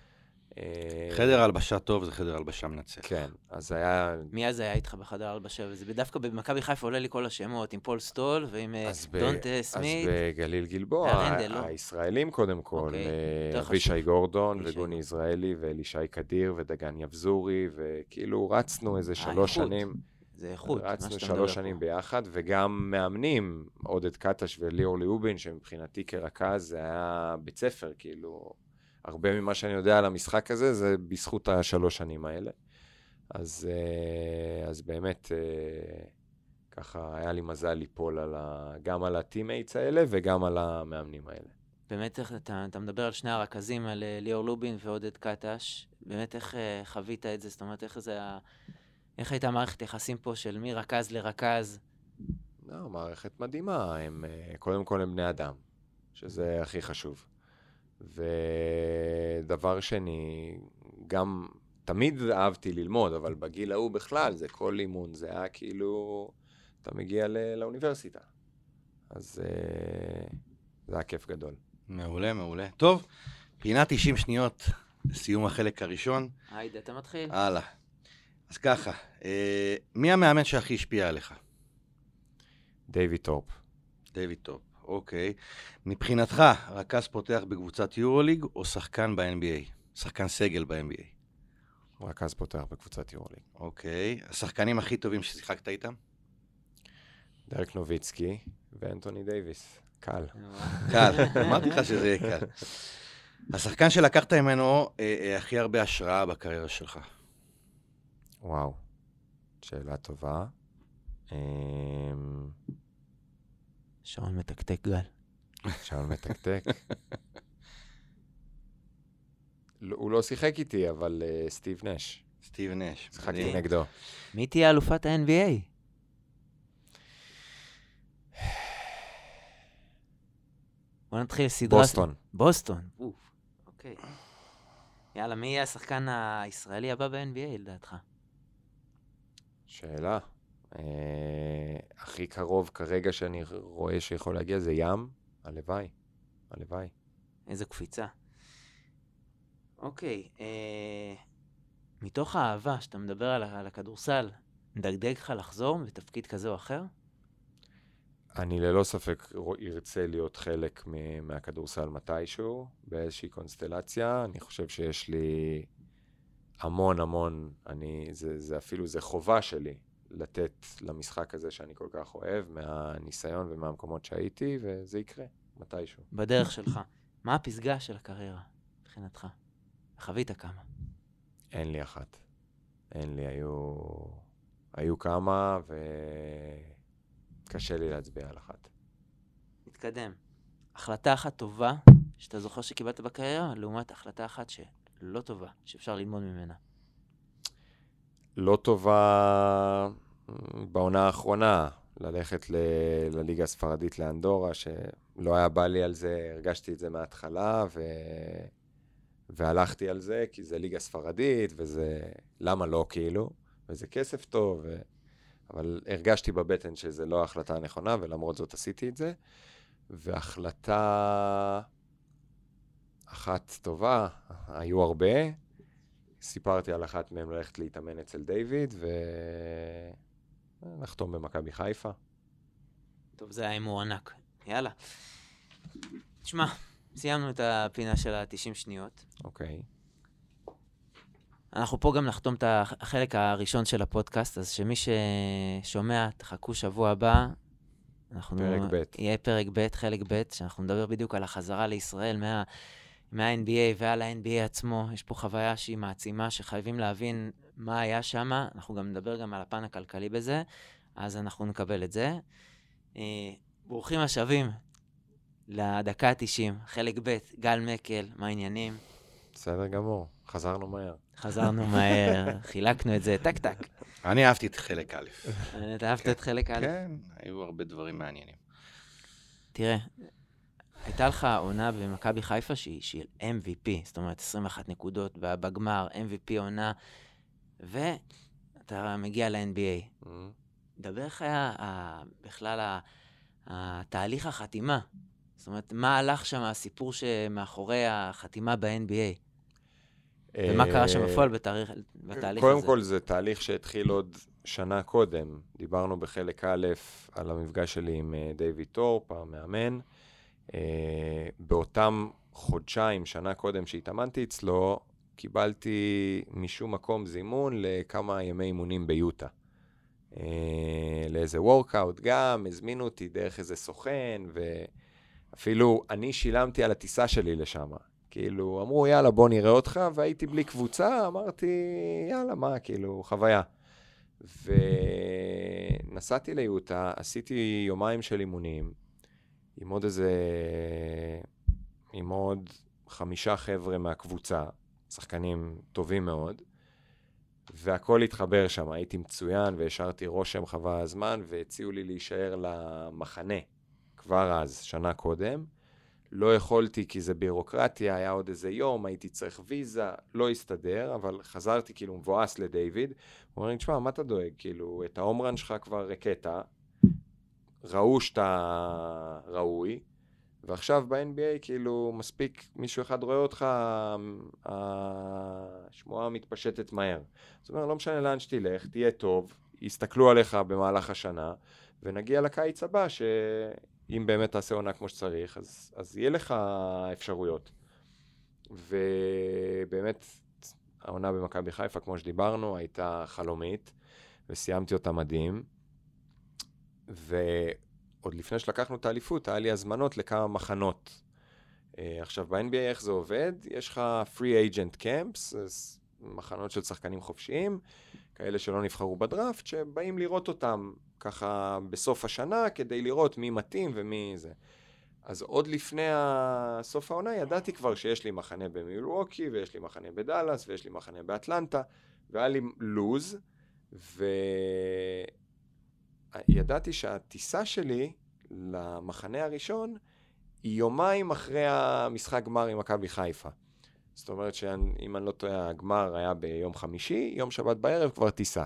חדר הלבשה טוב זה חדר הלבשה מנצח. כן, אז היה... מי אז היה איתך בחדר הלבשה? וזה דווקא במכבי חיפה עולה לי כל השמות, עם פול סטול ועם דונטה סמית. אז בגליל גלבוע, הישראלים קודם כל, אבישי גורדון וגוני ישראלי ואלישי קדיר ודגן יבזורי, וכאילו רצנו איזה שלוש שנים. זה איכות. רצנו שלוש שנים ביחד, וגם מאמנים, עודד קטש וליאור ליאובין, שמבחינתי כרכז זה היה בית ספר, כאילו... הרבה ממה שאני יודע על המשחק הזה, זה בזכות השלוש שנים האלה. אז, אז באמת, ככה היה לי מזל ליפול על ה, גם על הטימייטס האלה, וגם על המאמנים האלה. באמת, אתה, אתה מדבר על שני הרכזים, על ליאור לובין ועודד קטש. באמת, איך חווית את זה? זאת אומרת, איך זה, איך הייתה מערכת יחסים פה של מי רכז לרכז? לא, מערכת מדהימה. הם, קודם כל הם בני אדם, שזה הכי חשוב. ודבר שני, גם תמיד אהבתי ללמוד, אבל בגיל ההוא בכלל, זה כל אימון, זה היה כאילו, אתה מגיע לא, לאוניברסיטה. אז זה היה כיף גדול. מעולה, מעולה. טוב, פינה תשעים שניות, סיום החלק הראשון. היידה, אתה מתחיל. הלאה. אז ככה, אה, מי המאמן שהכי השפיע עליך? דיוויד טורפ. דיוויד טורפ. אוקיי. מבחינתך, רכז פותח בקבוצת יורוליג או שחקן ב-אן בי איי? שחקן סגל ב-אן בי איי. רכז פותח בקבוצת יורוליג. אוקיי. השחקנים הכי טובים ששיחקת איתם? דרק נוביצקי ואנטוני דייביס. קל. קל. אמרתי לך שזה יהיה קל. השחקן שלקחת ממנו אה, אה, הכי הרבה השראה בקריירה שלך? וואו. שאלה טובה. אה... שעון מתקתק גל. שעון מתקתק. הוא לא שיחק איתי, אבל uh, סטיב נש. סטיב נש. שיחקתי נגדו. מי תהיה אלופת ה-אן בי איי? בוא נתחיל סדרה... בוסטון. בוסטון. אוף, אוקיי. יאללה, מי יהיה השחקן הישראלי הבא ב-אן בי איי, לדעתך? שאלה. אה, הכי קרוב כרגע שאני רואה שיכול להגיע זה ים. הלוואי. הלוואי. איזו קפיצה. אוקיי. אה, מתוך האהבה שאתה מדבר על, על הכדורסל, מדגדג לך לחזור בתפקיד כזה או אחר? אני ללא ספק ירצה להיות חלק מהכדורסל מתישהו, באיזושהי קונסטלציה. אני חושב שיש לי המון המון, אני, זה, זה אפילו, זה חובה שלי לתת למשחק הזה שאני כל כך אוהב, מהניסיון ומהמקומות שהייתי, וזה יקרה מתישהו. בדרך שלך. מה הפסגה של הקריירה, מבחינתך? חווית כמה? אין לי אחת. אין לי, היו, היו כמה, וקשה לי להצביע על אחת. נתקדם. החלטה אחת טובה שאתה זוכר שקיבלת בקריירה, לעומת החלטה אחת שלא טובה, שאפשר ללמוד ממנה. לא טובה בעונה האחרונה, ללכת ל... לליגה הספרדית לאנדורה, שלא היה בא לי על זה, הרגשתי את זה מההתחלה, ו... והלכתי על זה, כי זה ליגה ספרדית, וזה... למה לא כאילו? וזה כסף טוב, ו... אבל הרגשתי בבטן שזה לא ההחלטה הנכונה, ולמרות זאת עשיתי את זה. והחלטה אחת טובה, היו הרבה, סיפרתי על אחת מהם ללכת להתאמן אצל דיוויד, ונחתום במכבי חיפה. טוב, זה היה אימור ענק. יאללה. תשמע, סיימנו את הפינה של ה-תשעים שניות. אוקיי. אנחנו פה גם נחתום את החלק הראשון של הפודקאסט, אז שמי ששומע, תחכו שבוע הבא. אנחנו... פרק ב'. יהיה פרק ב', חלק ב', שאנחנו נדבר בדיוק על החזרה לישראל מה... מה-אן בי איי ועל ה-אן בי איי עצמו. יש פה חוויה שהיא מעצימה, שחייבים להבין מה היה שם. אנחנו גם נדבר גם על הפן הכלכלי בזה, אז אנחנו נקבל את זה. ברוכים השבים לדקה ה-תשעים, חלק ב', גל מקל, מה העניינים? בסדר גמור, חזרנו מהר. חזרנו מהר, חילקנו את זה, טק טק. אני אהבתי את חלק א'. אתה אהבת את חלק א'? כן, היו הרבה דברים מעניינים. תראה, הייתה לך עונה במכבי חיפה שהיא של אם וי פי, זאת אומרת עשרים ואחת נקודות, ובגמר אם וי פי עונה, ואתה מגיע ל-אן בי איי. דבר איך היה בכלל התהליך החתימה? זאת אומרת, מה הלך שם הסיפור שמאחורי החתימה ב-אן בי איי? ומה קרה שם בפועל בתהליך הזה? קודם כל זה תהליך שהתחיל עוד שנה קודם. דיברנו בחלק א' על המפגש שלי עם דיוויד טורפ, המאמן. באותם חודשיים, שנה קודם שהתאמנתי אצלו, קיבלתי משום מקום זימון לכמה ימי אימונים ביוטה. לאיזה וורקאוט גם, הזמינו אותי דרך איזה סוכן, ואפילו אני שילמתי על הטיסה שלי לשם. כאילו, אמרו, יאללה, בוא נראה אותך, והייתי בלי קבוצה, אמרתי, יאללה, מה, כאילו, חוויה. ונסעתי ליוטה, עשיתי יומיים של אימונים, עם עוד איזה, עם עוד חמישה חבר'ה מהקבוצה, שחקנים טובים מאוד, והכל התחבר שם, הייתי מצוין, והשארתי רושם חווה הזמן, והציעו לי להישאר למחנה, כבר אז, שנה קודם. לא יכולתי כי זה בירוקרטיה, היה עוד איזה יום, הייתי צריך ויזה, לא הסתדר, אבל חזרתי כאילו מבואס לדיוויד, הוא אומר לי, תשמע, מה אתה דואג? כאילו, את האומרן שלך כבר רקטה, ראו שאתה ראוי, ועכשיו ב-אן בי איי כאילו מספיק מישהו אחד רואה אותך, השמועה מתפשטת מהר. זאת אומרת, לא משנה לאן שתלך, תהיה טוב, יסתכלו עליך במהלך השנה, ונגיע לקיץ הבא שאם באמת תעשה עונה כמו שצריך, אז, אז יהיה לך אפשרויות. ובאמת, העונה במכבי חיפה, כמו שדיברנו, הייתה חלומית, וסיימתי אותה מדהים. ועוד לפני שלקחנו את האליפות, היה לי הזמנות לכמה מחנות. עכשיו, ב-אן בי איי איך זה עובד? יש לך free agent camps, מחנות של שחקנים חופשיים, כאלה שלא נבחרו בדראפט, שבאים לראות אותם ככה בסוף השנה, כדי לראות מי מתאים ומי זה. אז עוד לפני סוף העונה ידעתי כבר שיש לי מחנה במילווקי, ויש לי מחנה בדלס, ויש לי מחנה באטלנטה, והיה לי לוז, וידעתי שהטיסה שלי למחנה הראשון, היא יומיים אחרי המשחק גמר עם מכבי חיפה. זאת אומרת שאם אני לא טועה, הגמר היה ביום חמישי, יום שבת בערב כבר טיסה.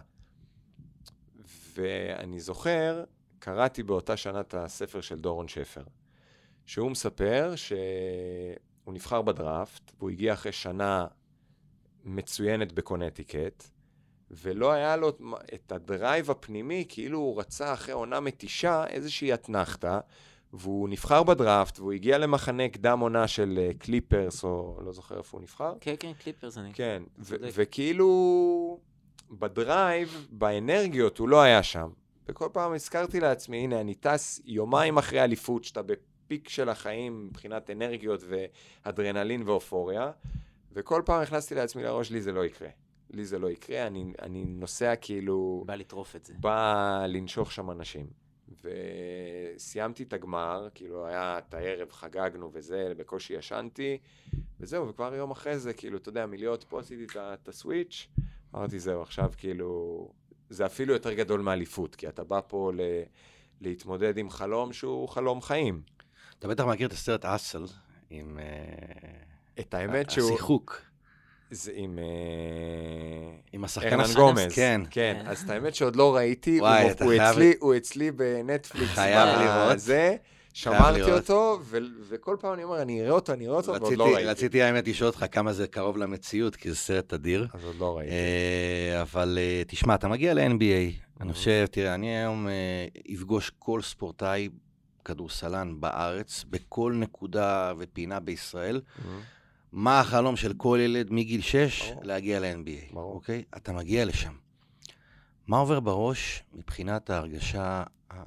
ואני זוכר, קראתי באותה שנה את הספר של דורון שפר, שהוא מספר שהוא נבחר בדראפט, והוא הגיע אחרי שנה מצוינת בקונטיקט, ולא היה לו את הדרייב הפנימי, כאילו הוא רצה אחרי עונה מתישה איזושהי התנחתה, והוא נבחר בדראפט, והוא הגיע למחנה קדם עונה של קליפרס, או לא זוכר איפה הוא נבחר. כן, כן, קליפרס אני. כן, ו- וכאילו בדרייב, באנרגיות, הוא לא היה שם. וכל פעם הזכרתי לעצמי, הנה, אני טס יומיים אחרי אליפות, שאתה בפיק של החיים, מבחינת אנרגיות ואדרנלין ואופוריה, וכל פעם הכנסתי לעצמי לראש, לי זה לא יקרה. לי זה לא יקרה, אני, אני נוסע כאילו... בא לטרוף את זה. בא לנשוך שם אנשים. וסיימתי את הגמר, כאילו היה את הערב, חגגנו וזה, בקושי ישנתי, וזהו, וכבר יום אחרי זה, כאילו, אתה יודע, מלהיות פה עשיתי את הסוויץ', אמרתי, זהו, עכשיו כאילו, זה אפילו יותר גדול מאליפות, כי אתה בא פה ל... להתמודד עם חלום שהוא חלום חיים. אתה בטח מכיר את הסרט אסל, עם... את האמת שהוא... השיחוק. זה עם... עם השחקן ארנן הסנס, גומז. כן. כן, אז את האמת שעוד לא ראיתי, וואי, הוא, אתה הוא, חייב... אצלי, הוא אצלי בנטפליקס. חייב לראות. זה, שמרתי אותו, ו- וכל פעם אני אומר, אני אראה אותו, אני אראה אותו, ועוד לא ראיתי. רציתי האמת לשאול אותך כמה זה קרוב למציאות, כי זה סרט אדיר. אז עוד לא ראיתי. אבל תשמע, אתה מגיע ל-אן בי איי, אני חושב, תראה, אני היום אפגוש כל ספורטאי כדורסלן בארץ, בכל נקודה ופינה בישראל, מה החלום של כל ילד מגיל שש להגיע ל-אן בי איי, אוקיי? אתה מגיע לשם. מה עובר בראש מבחינת ההרגשה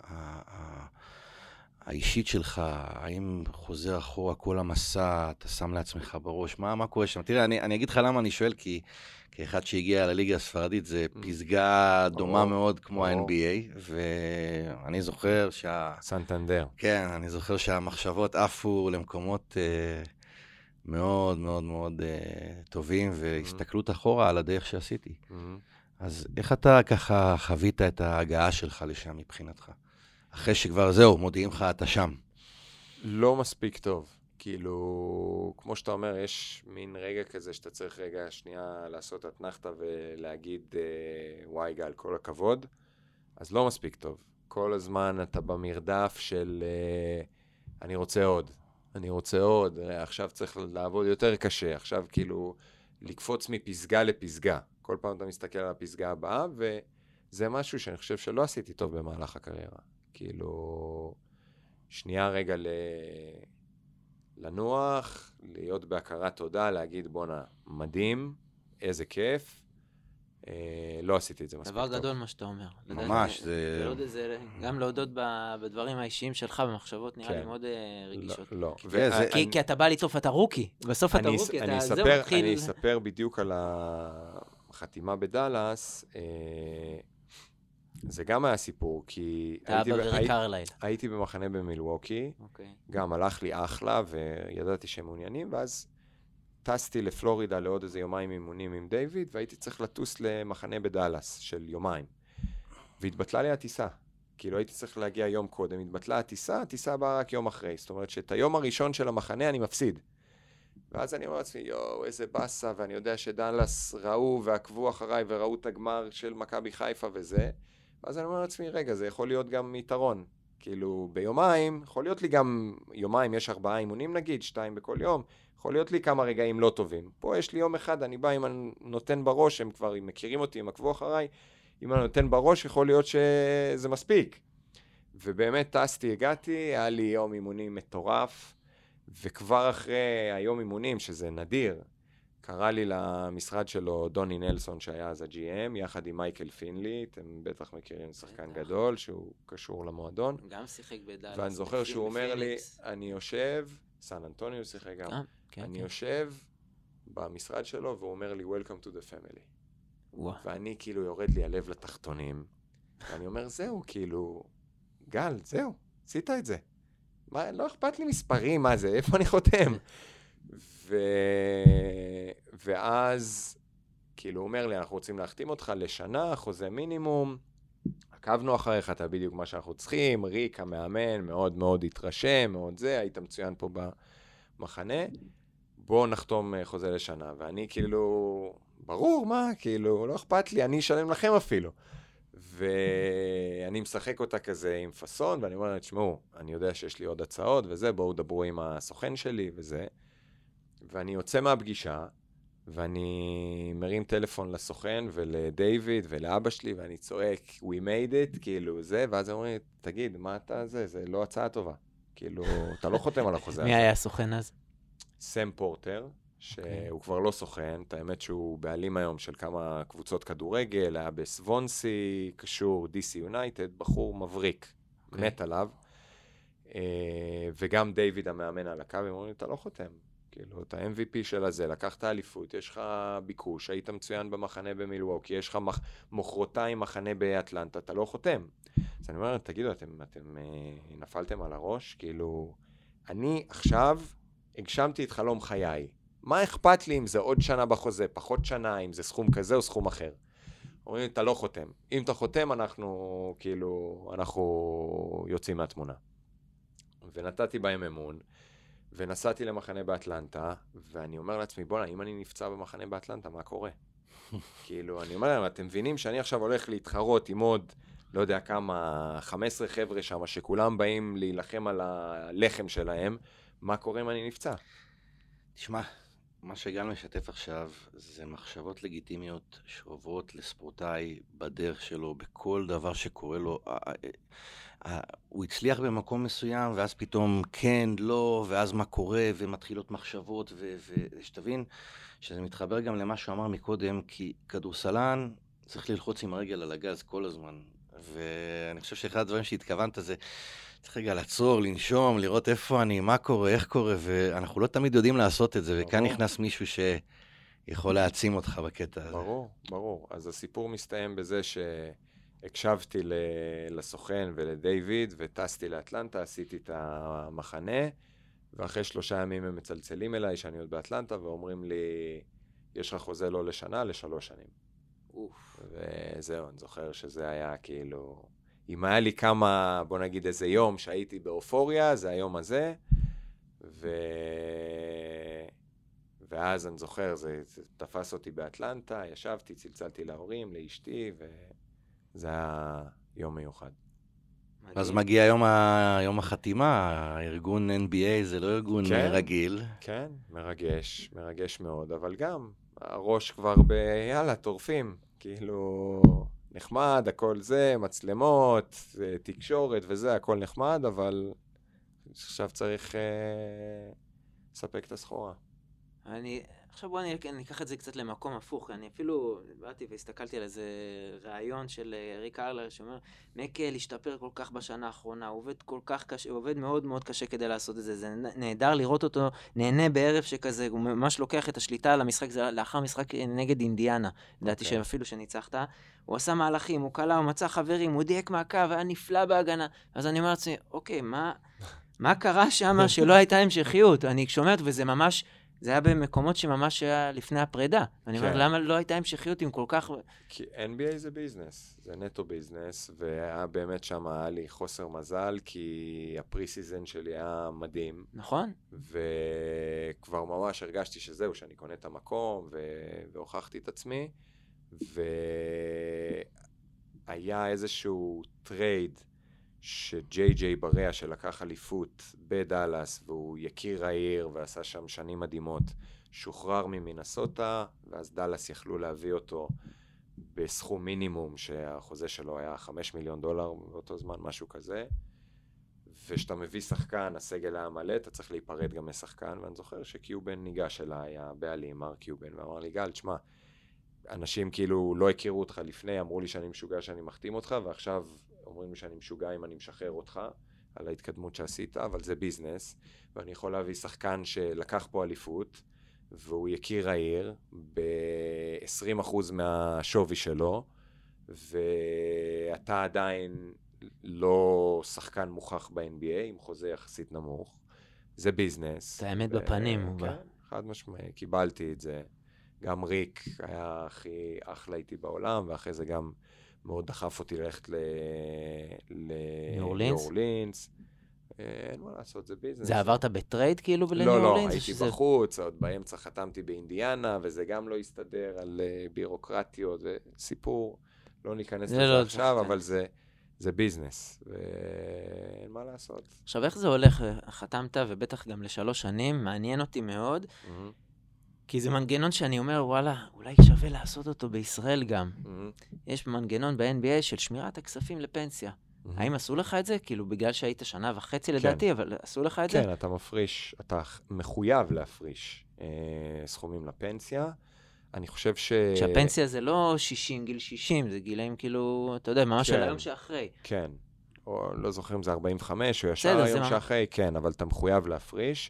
האישית שלך? האם חוזר אחורה כל המסע, אתה שם לעצמך בראש? מה, מה קורה שם? תראה, אני, אני אגיד לך למה אני שואל, כי כאחד שהגיע לליגה הספרדית, זה פסגה דומה מאוד כמו ה-אן בי איי, ואני זוכר שה... סנטנדר. כן, אני זוכר שהמחשבות עפו למקומות... מאוד מאוד מאוד uh, טובים, והסתכלות אחורה על הדרך שעשיתי. Mm-hmm. אז איך אתה ככה חווית את ההגעה שלך לשם מבחינתך? אחרי שכבר זהו, מודיעים לך, אתה שם. לא מספיק טוב. כאילו, כמו שאתה אומר, יש מין רגע כזה שאתה צריך רגע שנייה לעשות התנחתה ולהגיד, uh, וואי גל, כל הכבוד. אז לא מספיק טוב. כל הזמן אתה במרדף של uh, אני רוצה עוד. אני רוצה עוד, עכשיו צריך לעבוד יותר קשה, עכשיו כאילו לקפוץ מפסגה לפסגה. כל פעם אתה מסתכל על הפסגה הבאה, וזה משהו שאני חושב שלא עשיתי טוב במהלך הקריירה. כאילו, שנייה רגע ל... לנוח, להיות בהכרת תודה, להגיד בונה, מדהים, איזה כיף. אה, לא עשיתי את זה מספיק טוב. דבר גדול מה שאתה אומר. ממש, זה... זה... זה... גם להודות בדברים האישיים שלך, במחשבות, נראה לי מאוד רגישות. לא, לא. ו- כי, כי אתה בא לטוף, אתה רוקי. בסוף אתה רוקי, אתה זהו מתחיל... אני אספר בדיוק על החתימה בדלס. זה גם היה סיפור, כי... אתה בברי קרלייל. הייתי במחנה במילווקי, גם הלך לי אחלה, וידעתי שהם מעוניינים, ואז... טסתי לפלורידה לעוד איזה יומיים אימונים עם דיוויד, והייתי צריך לטוס למחנה בדלס של יומיים. והתבטלה לי הטיסה. כאילו הייתי צריך להגיע יום קודם, התבטלה הטיסה, הטיסה באה רק יום אחרי. זאת אומרת שאת היום הראשון של המחנה אני מפסיד. ואז אני אומר לעצמי, יואו, איזה בסה, ואני יודע שדלס ראו ועקבו אחריי וראו את הגמר של מכבי חיפה וזה. ואז אני אומר לעצמי, רגע, זה יכול להיות גם יתרון. כאילו ביומיים, יכול להיות לי גם יומיים, יש ארבעה אימונים נגיד, שתיים בכל יום. יכול להיות לי כמה רגעים לא טובים. פה יש לי יום אחד, אני בא, אם אני נותן בראש, הם כבר מכירים אותי, הם עקבו אחריי, אם אני נותן בראש, יכול להיות שזה מספיק. ובאמת טסתי, הגעתי, היה לי יום אימונים מטורף, וכבר אחרי היום אימונים, שזה נדיר, קרא לי למשרד שלו דוני נלסון, שהיה אז ה-ג'י אם, יחד עם מייקל פינלי, אתם בטח מכירים שחקן גדול, שהוא קשור למועדון. גם שיחק בדלס. ואני זוכר שהוא אומר לי, אני יושב, סן אנטוניו שיחק גם, כן, אני כן. יושב במשרד שלו, והוא אומר לי, Welcome to the family. וואו. ואני כאילו יורד לי הלב לתחתונים, ואני אומר, זהו, כאילו, גל, זהו, עשית את זה. מה, לא אכפת לי מספרים, מה זה, איפה אני חותם? ו... ואז, כאילו, הוא אומר לי, אנחנו רוצים להחתים אותך לשנה, חוזה מינימום, עקבנו אחריך, אתה בדיוק מה שאנחנו צריכים, ריק, המאמן, מאוד מאוד התרשם, מאוד זה, היית מצוין פה במחנה, בוא נחתום חוזה לשנה, ואני כאילו, ברור, מה, כאילו, לא אכפת לי, אני אשלם לכם אפילו. ואני משחק אותה כזה עם פסון, ואני אומר, תשמעו, אני יודע שיש לי עוד הצעות וזה, בואו דברו עם הסוכן שלי וזה. ואני יוצא מהפגישה, ואני מרים טלפון לסוכן ולדיוויד ולאבא שלי, ואני צועק, we made it, כאילו זה, ואז הם אומרים, תגיד, מה אתה זה? זה לא הצעה טובה. כאילו, אתה לא חותם על החוזה. מי היה הסוכן אז? סם פורטר. שהוא כבר לא סוכן, את האמת שהוא בעלים היום של כמה קבוצות כדורגל, היה בסוונסי, קשור, די סי יונייטד, בחור מבריק, okay. מת עליו, וגם דיוויד המאמן על הקו, הם אומרים, אתה לא חותם, כאילו, אתה ה-אם וי פי של הזה, לקחת אליפות, יש לך ביקוש, היית מצוין במחנה במילווקי, יש לך מח... מוחרתיים מחנה באטלנטה, אתה לא חותם. אז אני אומר, תגידו, אתם, אתם נפלתם על הראש, כאילו, אני עכשיו הגשמתי את חלום חיי, מה אכפת לי אם זה עוד שנה בחוזה, פחות שנה, אם זה סכום כזה או סכום אחר? אומרים, אתה לא חותם. אם אתה חותם, אנחנו, כאילו, אנחנו יוצאים מהתמונה. ונתתי בהם אמון, ונסעתי למחנה באטלנטה, ואני אומר לעצמי, בוא'נה, אם אני נפצע במחנה באטלנטה, מה קורה? כאילו, אני אומר להם, אתם מבינים שאני עכשיו הולך להתחרות עם עוד, לא יודע כמה, חמישה עשר חבר'ה שם, שכולם באים להילחם על הלחם שלהם, מה קורה אם אני נפצע? תשמע, מה שגל משתף עכשיו זה מחשבות לגיטימיות שעוברות לספורטאי בדרך שלו, בכל דבר שקורה לו. הוא הצליח במקום מסוים, ואז פתאום כן, לא, ואז מה קורה, ומתחילות מחשבות, ושתבין שזה מתחבר גם למה שהוא אמר מקודם, כי כדורסלן צריך ללחוץ עם הרגל על הגז כל הזמן. ואני חושב שאחד הדברים שהתכוונת זה, צריך רגע לעצור, לנשום, לראות איפה אני, מה קורה, איך קורה, ואנחנו לא תמיד יודעים לעשות את זה, ברור. וכאן נכנס מישהו שיכול להעצים אותך בקטע הזה. ברור, ברור. אז הסיפור מסתיים בזה שהקשבתי לסוכן ולדיוויד, וטסתי לאטלנטה, עשיתי את המחנה, ואחרי שלושה ימים הם מצלצלים אליי, שאני עוד באטלנטה, ואומרים לי, יש לך חוזה לא לשנה, לשלוש שנים. אוף. וזהו, אני זוכר שזה היה כאילו... אם היה לי כמה, בוא נגיד איזה יום שהייתי באופוריה, זה היום הזה, ו... ואז אני זוכר, זה, זה תפס אותי באטלנטה, ישבתי, צלצלתי להורים, לאשתי, וזה היה יום מיוחד. אז מגיע יום, ה... יום החתימה, הארגון אן בי איי זה לא ארגון כן, רגיל. כן, מרגש, מרגש מאוד, אבל גם הראש כבר ב... יאללה, טורפים, כאילו... נחמד, הכל זה, מצלמות, תקשורת וזה, הכל נחמד, אבל עכשיו צריך אה, לספק את הסחורה. אני, עכשיו בוא אני, אני אקח את זה קצת למקום הפוך, אני אפילו באתי והסתכלתי על איזה רעיון של ריק ארלר שאומר, מקל השתפר כל כך בשנה האחרונה, הוא עובד כל כך קשה, הוא עובד מאוד מאוד קשה כדי לעשות את זה, זה נהדר לראות אותו, נהנה בערב שכזה, הוא ממש לוקח את השליטה על המשחק, זה לאחר משחק נגד אינדיאנה, לדעתי okay. שאפילו שניצחת, הוא עשה מהלכים, הוא קלה, הוא מצא חברים, הוא דייק מהקו, היה נפלא בהגנה, אז אני אומר לעצמי, אוקיי, מה, מה קרה שם שלא הייתה המשכיות? אני שומעת וזה ממש, זה היה במקומות שממש היה לפני הפרידה. ואני אומר, למה לא הייתה המשכיות עם כל כך... כי אן בי איי זה ביזנס, זה נטו ביזנס, והיה באמת שם, היה לי חוסר מזל, כי הפרי-סיזן שלי היה מדהים. נכון. וכבר ממש הרגשתי שזהו, שאני קונה את המקום, והוכחתי את עצמי, והיה איזשהו טרייד, שג'יי ג'יי בריאה שלקח אליפות בדאלאס, והוא יכיר העיר ועשה שם שנים מדהימות, שוחרר ממינסוטה, ואז דאלאס יכלו להביא אותו בסכום מינימום, שהחוזה שלו היה חמישה מיליון דולר באותו זמן, משהו כזה, ושאתה מביא שחקן, הסגל היה מלא, אתה צריך להיפרד גם משחקן, ואני זוכר שקיובן ניגש אליי, הבעלים, מר קיובן, ואמר לי, גל, תשמע, אנשים כאילו לא הכירו אותך לפני, אמרו לי שאני משוגע שאני מחתים אותך, ועכשיו אומרים לי שאני משוגע אם אני משחרר אותך על ההתקדמות שעשית, אבל זה ביזנס, ואני יכול להביא שחקן שלקח פה אליפות, והוא יכיר העיר ב-עשרים אחוז מהשווי שלו, ואתה עדיין לא שחקן מוכח ב-אן בי איי, עם חוזה יחסית נמוך. זה ביזנס. את האמת בפנים. הוא כן, בא. חד משמעי, קיבלתי את זה. גם ריק היה הכי אחלה איתי בעולם, ואחרי זה גם מאוד דחף אותי ללכת ניו אורלינס. לאורלינס. אין מה לעשות, זה ביזנס. זה עברת בטרייד כאילו בניו לא, אורלינס? לא, הייתי שזה... בחוץ, עוד באמצע חתמתי באינדיאנה, וזה גם לא הסתדר על בירוקרטיות וסיפור. לא ניכנס לזה לא עכשיו, זה. אבל זה, זה ביזנס, ואין מה לעשות. עכשיו, איך זה הולך? חתמת, ובטח גם לשלוש שנים, מעניין אותי מאוד, Mm-hmm. כי זה מנגנון שאני אומר, וואלה, אולי שווה לעשות אותו בישראל גם. Mm-hmm. יש מנגנון ב-אן בי איי של שמירת הכספים לפנסיה. Mm-hmm. האם עשו לך את זה? כאילו, בגלל שהיית שנה וחצי כן. לדעתי, אבל עשו לך את זה? כן, אתה מפריש, אתה מחויב להפריש אה, סכומים לפנסיה. אני חושב ש... שהפנסיה זה לא שישים, גיל שישים, זה גילאים כאילו, אתה יודע, ממש כן. על היום שאחרי. כן, או לא זוכר אם זה ארבעים וחמש, או ישר בסדר, היום זה שאחרי, כן, אבל אתה מחויב להפריש.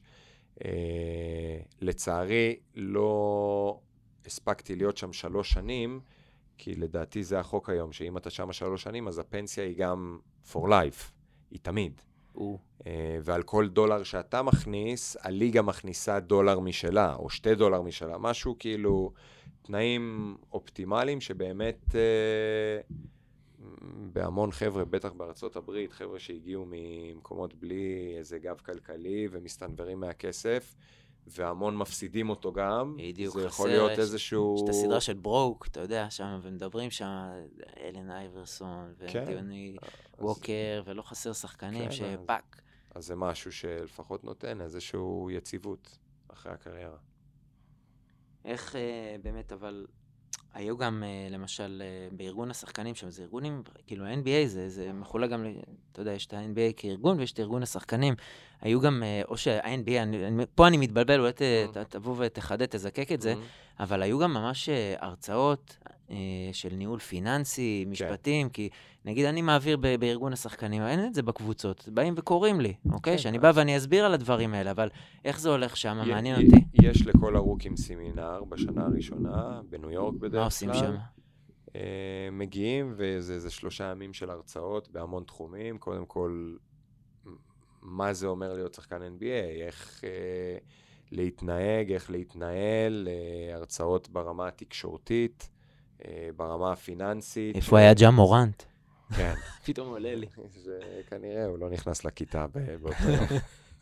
אה, לצערי, לא הספקתי להיות שם שלוש שנים, כי לדעתי זה החוק היום, שאם אתה שם שלוש שנים, אז הפנסיה היא גם for life, היא תמיד. או. אה, ועל כל דולר שאתה מכניס, הליגה מכניסה דולר משלה, או שתי דולר משלה, משהו כאילו תנאים אופטימליים שבאמת אה, בהמון חבר'ה, בטח בארצות הברית, חבר'ה שהגיעו ממקומות בלי איזה גב כלכלי ומסתנברים מהכסף, והמון מפסידים אותו גם. בדיוק, זה חסר, יכול להיות יש- איזשהו... יש את הסדרה של ברוק, אתה יודע, שם, ומדברים שם, אלן אייברסון, כן. וטיוני אז- ווקר, ולא חסר שחקנים כן, שפאק. אז זה משהו שלפחות נותן איזשהו יציבות אחרי הקריירה. איך אה, באמת, אבל היו גם, אה, למשל, אה, בארגון השחקנים שם, זה ארגונים, כאילו ה-אן בי איי זה, זה מחולק גם, ל- אתה יודע, יש את ה-אן בי איי כארגון ויש את ארגון השחקנים. היו גם, אה, או שה-אן בי איי, אני, אני, פה אני מתבלבל, אולי ת- ת- תבוא ותחדד, תזקק את זה, אבל היו גם ממש אה, הרצאות אה, של ניהול פיננסי, משפטים, כי נגיד אני מעביר ב- בארגון השחקנים, אין את זה בקבוצות, באים וקוראים לי, אוקיי? כן, שאני אז- בא ואני אסביר על הדברים האלה, אבל איך זה הולך שם? י- מעניין י- אותי. יש לכל הרוקים סמינר בשנה הראשונה, בניו יורק בדרך כלל. מה עושים שם? אה, מגיעים, וזה זה שלושה ימים של הרצאות בהמון תחומים. קודם כל, מה זה אומר להיות שחקן אן בי איי, איך אה, להתנהג, איך להתנהל, אה, הרצאות ברמה התקשורתית, אה, ברמה הפיננסית. איפה היה ג'ה מורנט? כן. פתאום עולה לי. זה כנראה, הוא לא נכנס לכיתה ב- באותו יום.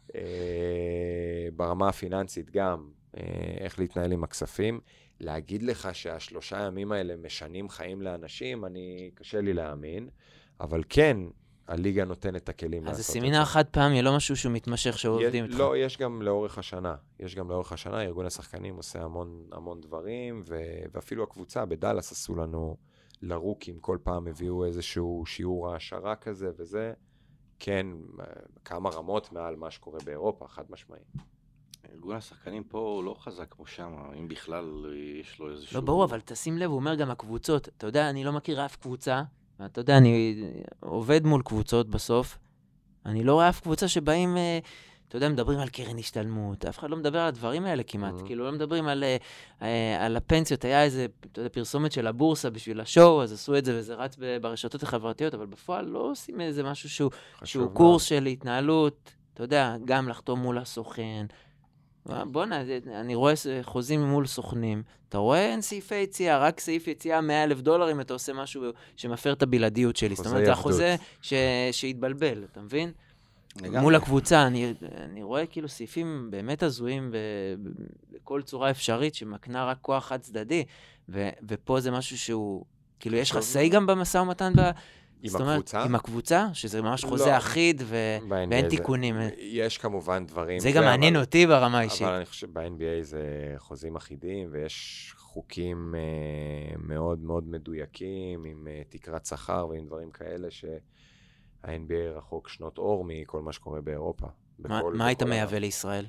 אה, ברמה הפיננסית גם, אה, איך להתנהל עם הכספים. להגיד לך שהשלושה ימים האלה משנים חיים לאנשים, אני, קשה לי להאמין, אבל כן, הליגה נותנת את הכלים אז לעשות זה את זה. סמינר חד פעמי, לא משהו שהוא מתמשך שעובדים יש- איתך. לא, יש גם לאורך השנה. יש גם לאורך השנה, ארגון השחקנים עושה המון, המון דברים, ו- ואפילו הקבוצה בדלס עשו לנו לרוקים, כל פעם הביאו איזשהו שיעור העשרה כזה וזה. כן, כמה רמות מעל מה שקורה באירופה, חד משמעי. ארגון השחקנים פה הוא לא חזק כמו שם, אם בכלל יש לו איזשהו... לא ברור, אבל תשים לב, הוא אומר גם הקבוצות. אתה יודע, אני לא מכיר אף קבוצה, ואתה יודע, אני עובד מול קבוצות בסוף, אני לא רואה אף קבוצה שבאים, אה, אתה יודע, מדברים על קרן השתלמות, אף אחד לא מדבר על הדברים האלה כמעט, Mhm. כאילו לא מדברים על, אה, אה, על הפנסיות, היה איזה, אתה יודע, פרסומת של הבורסה בשביל השואו, אז עשו את זה וזה רץ ב- ברשתות החברתיות, אבל בפועל לא עושים איזה משהו שהוא, חשוב שהוא מאוד. קורס של התנהלות, אתה יודע, גם לחתום מול הסוכן. בוא'נה, זה- אני רואה ס- חוזים מול סוכנים, אתה רואה אין סעיפי יציאה, רק סעיף יציאה מאה אלף דולר אם אתה עושה משהו שמפר את הבלעדיות שלי. זאת חוזה אומרת, זה עבדות. החוזה ש- שהתבלבל, אתה מבין? לגמרי. מול הקבוצה, אני, אני רואה כאילו סעיפים באמת הזויים ב- ב- בכל צורה אפשרית, שמקנה רק כוח חד צדדי, ו, ופה זה משהו שהוא, כאילו יש לך טוב. סי גם במשא ומתן, ב, עם זאת אומרת, הקבוצה? עם הקבוצה, שזה ממש חוזה לא. אחיד ו, ב-אן בי איי ואין זה- תיקונים. יש כמובן דברים. זה גם מעניין אבל- אותי ברמה האישית. אבל אני חושב שב-אן בי איי זה חוזים אחידים, ויש חוקים אה, מאוד מאוד מדויקים, עם אה, תקרת שכר ועם דברים כאלה, שה-אן בי איי רחוק שנות אור מכל מה שקורה באירופה. מה, בכל- מה היית בכל מייבא העולם. לישראל?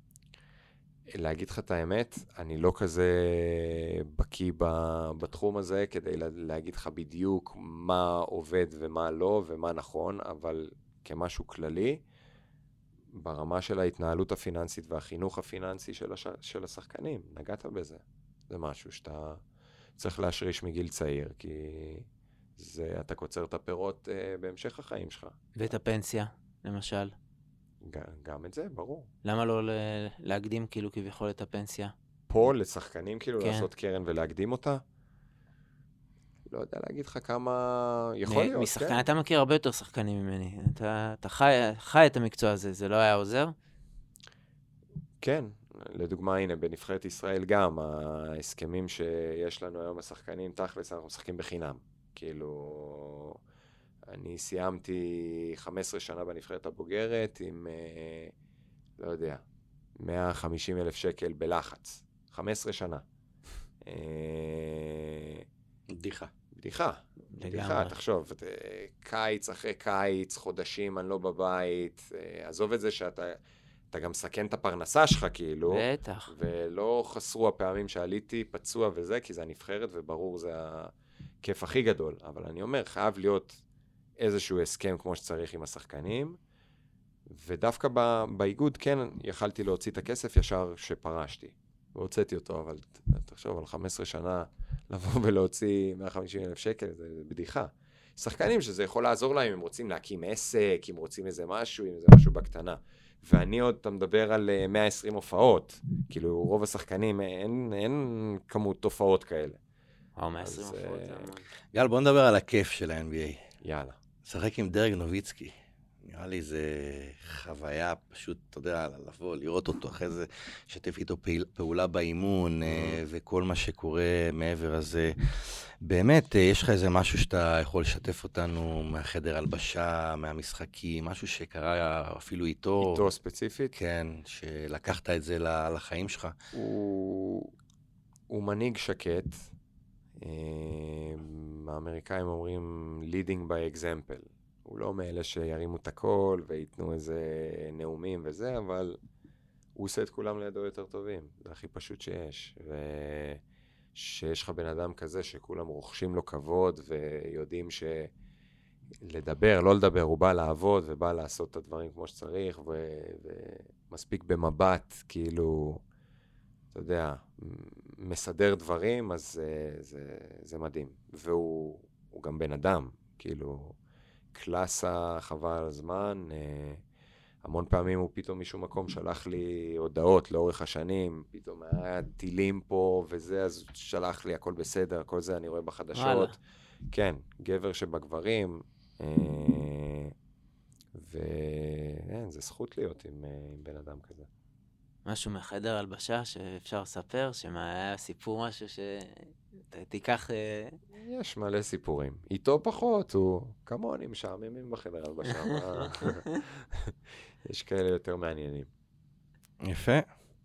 להגיד לך את האמת, אני לא כזה בקיא ב- בתחום הזה, כדי לה- להגיד לך בדיוק מה עובד ומה לא, ומה נכון, אבל כמשהו כללי, ברמה של ההתנהלות הפיננסית והחינוך הפיננסי של, הש... של השחקנים, נגעת בזה. זה משהו שאתה צריך להשריש מגיל צעיר, כי זה אתה קוצר את הפירות uh, בהמשך החיים שלך. ואת הפנסיה, למשל. ג- גם את זה, ברור. למה לא ל- להקדים כאילו כביכול את הפנסיה? פה לשחקנים כאילו כן. לעשות קרן ולהקדים אותה? לא יודע להגיד לך כמה... יכול מ- להיות, משחקן, כן. אתה מכיר הרבה יותר שחקנים ממני. אתה, אתה חי, חי את המקצוע הזה, זה לא היה עוזר? כן, לדוגמה, הנה, בנבחרת ישראל גם, ההסכמים שיש לנו היום השחקנים, תכלס, אנחנו משחקים בחינם. כאילו, אני סיימתי חמש עשרה שנה בנבחרת הבוגרת עם, אה, לא יודע, מאה וחמישים אלף שקל בלחץ. חמש עשרה שנה. אה, בדיחה. בדיחה. בדיחה, תחשוב, את, אה, קיץ אחרי קיץ, חודשים, אני לא בבית, אה, עזוב את זה שאתה... אתה גם מסכן את הפרנסה שלך, כאילו. בטח. ולא חסרו הפעמים שעליתי פצוע וזה, כי זה הנבחרת, וברור זה הכיף הכי גדול. אבל אני אומר, חייב להיות איזשהו הסכם כמו שצריך עם השחקנים, ודווקא ב- באיגוד, כן, יכלתי להוציא את הכסף ישר שפרשתי. והוצאתי אותו, אבל תחשוב, על חמש עשרה שנה לבוא ולהוציא מאה וחמישים אלף שקל, זה בדיחה. שחקנים שזה יכול לעזור להם, אם רוצים להקים עסק, אם רוצים איזה משהו, אם זה משהו בקטנה. ואני עוד, אתה מדבר על מאה ועשרים הופעות, כאילו רוב השחקנים, אין, אין כמות תופעות כאלה. וואו, מאה ועשרים אז, הופעות. אה, זה המון. גל, בוא נדבר על הכיף של ה-אן בי איי. יאללה. לשחק עם דרג נוביצקי. נראה לי זה חוויה פשוט, אתה יודע, לבוא, לראות אותו, אחרי זה לשתף איתו פעיל, פעולה באימון, אה, וכל מה שקורה מעבר הזה. באמת, אה, יש לך איזה משהו שאתה יכול לשתף אותנו מהחדר הלבשה, מהמשחקים, משהו שקרה אפילו איתו. איתו ספציפית? כן, שלקחת את זה ל- לחיים שלך. הוא, הוא מנהיג שקט. אה, האמריקאים אומרים leading by example. הוא לא מאלה שירימו את הכל וייתנו איזה נאומים וזה, אבל הוא עושה את כולם לידו יותר טובים. זה הכי פשוט שיש. ושיש לך בן אדם כזה שכולם רוכשים לו כבוד ויודעים שלדבר, לא לדבר, הוא בא לעבוד ובא לעשות את הדברים כמו שצריך, ו... ומספיק במבט, כאילו, אתה יודע, מסדר דברים, אז זה, זה, זה מדהים. והוא הוא גם בן אדם, כאילו... קלאסה, חבל על הזמן, אה, המון פעמים הוא פתאום משום מקום שלח לי הודעות לאורך השנים, פתאום היה טילים פה וזה, אז שלח לי הכל בסדר, כל זה אני רואה בחדשות. וואלה. כן, גבר שבגברים, אה, ואין, זה זכות להיות עם, אה, עם בן אדם כזה. משהו מחדר הלבשה שאפשר לספר, שמה היה סיפור משהו שתיקח... יש מלא סיפורים. איתו פחות, הוא כמוני משעממים בחדר הלבשה. מה? יש כאלה יותר מעניינים. יפה.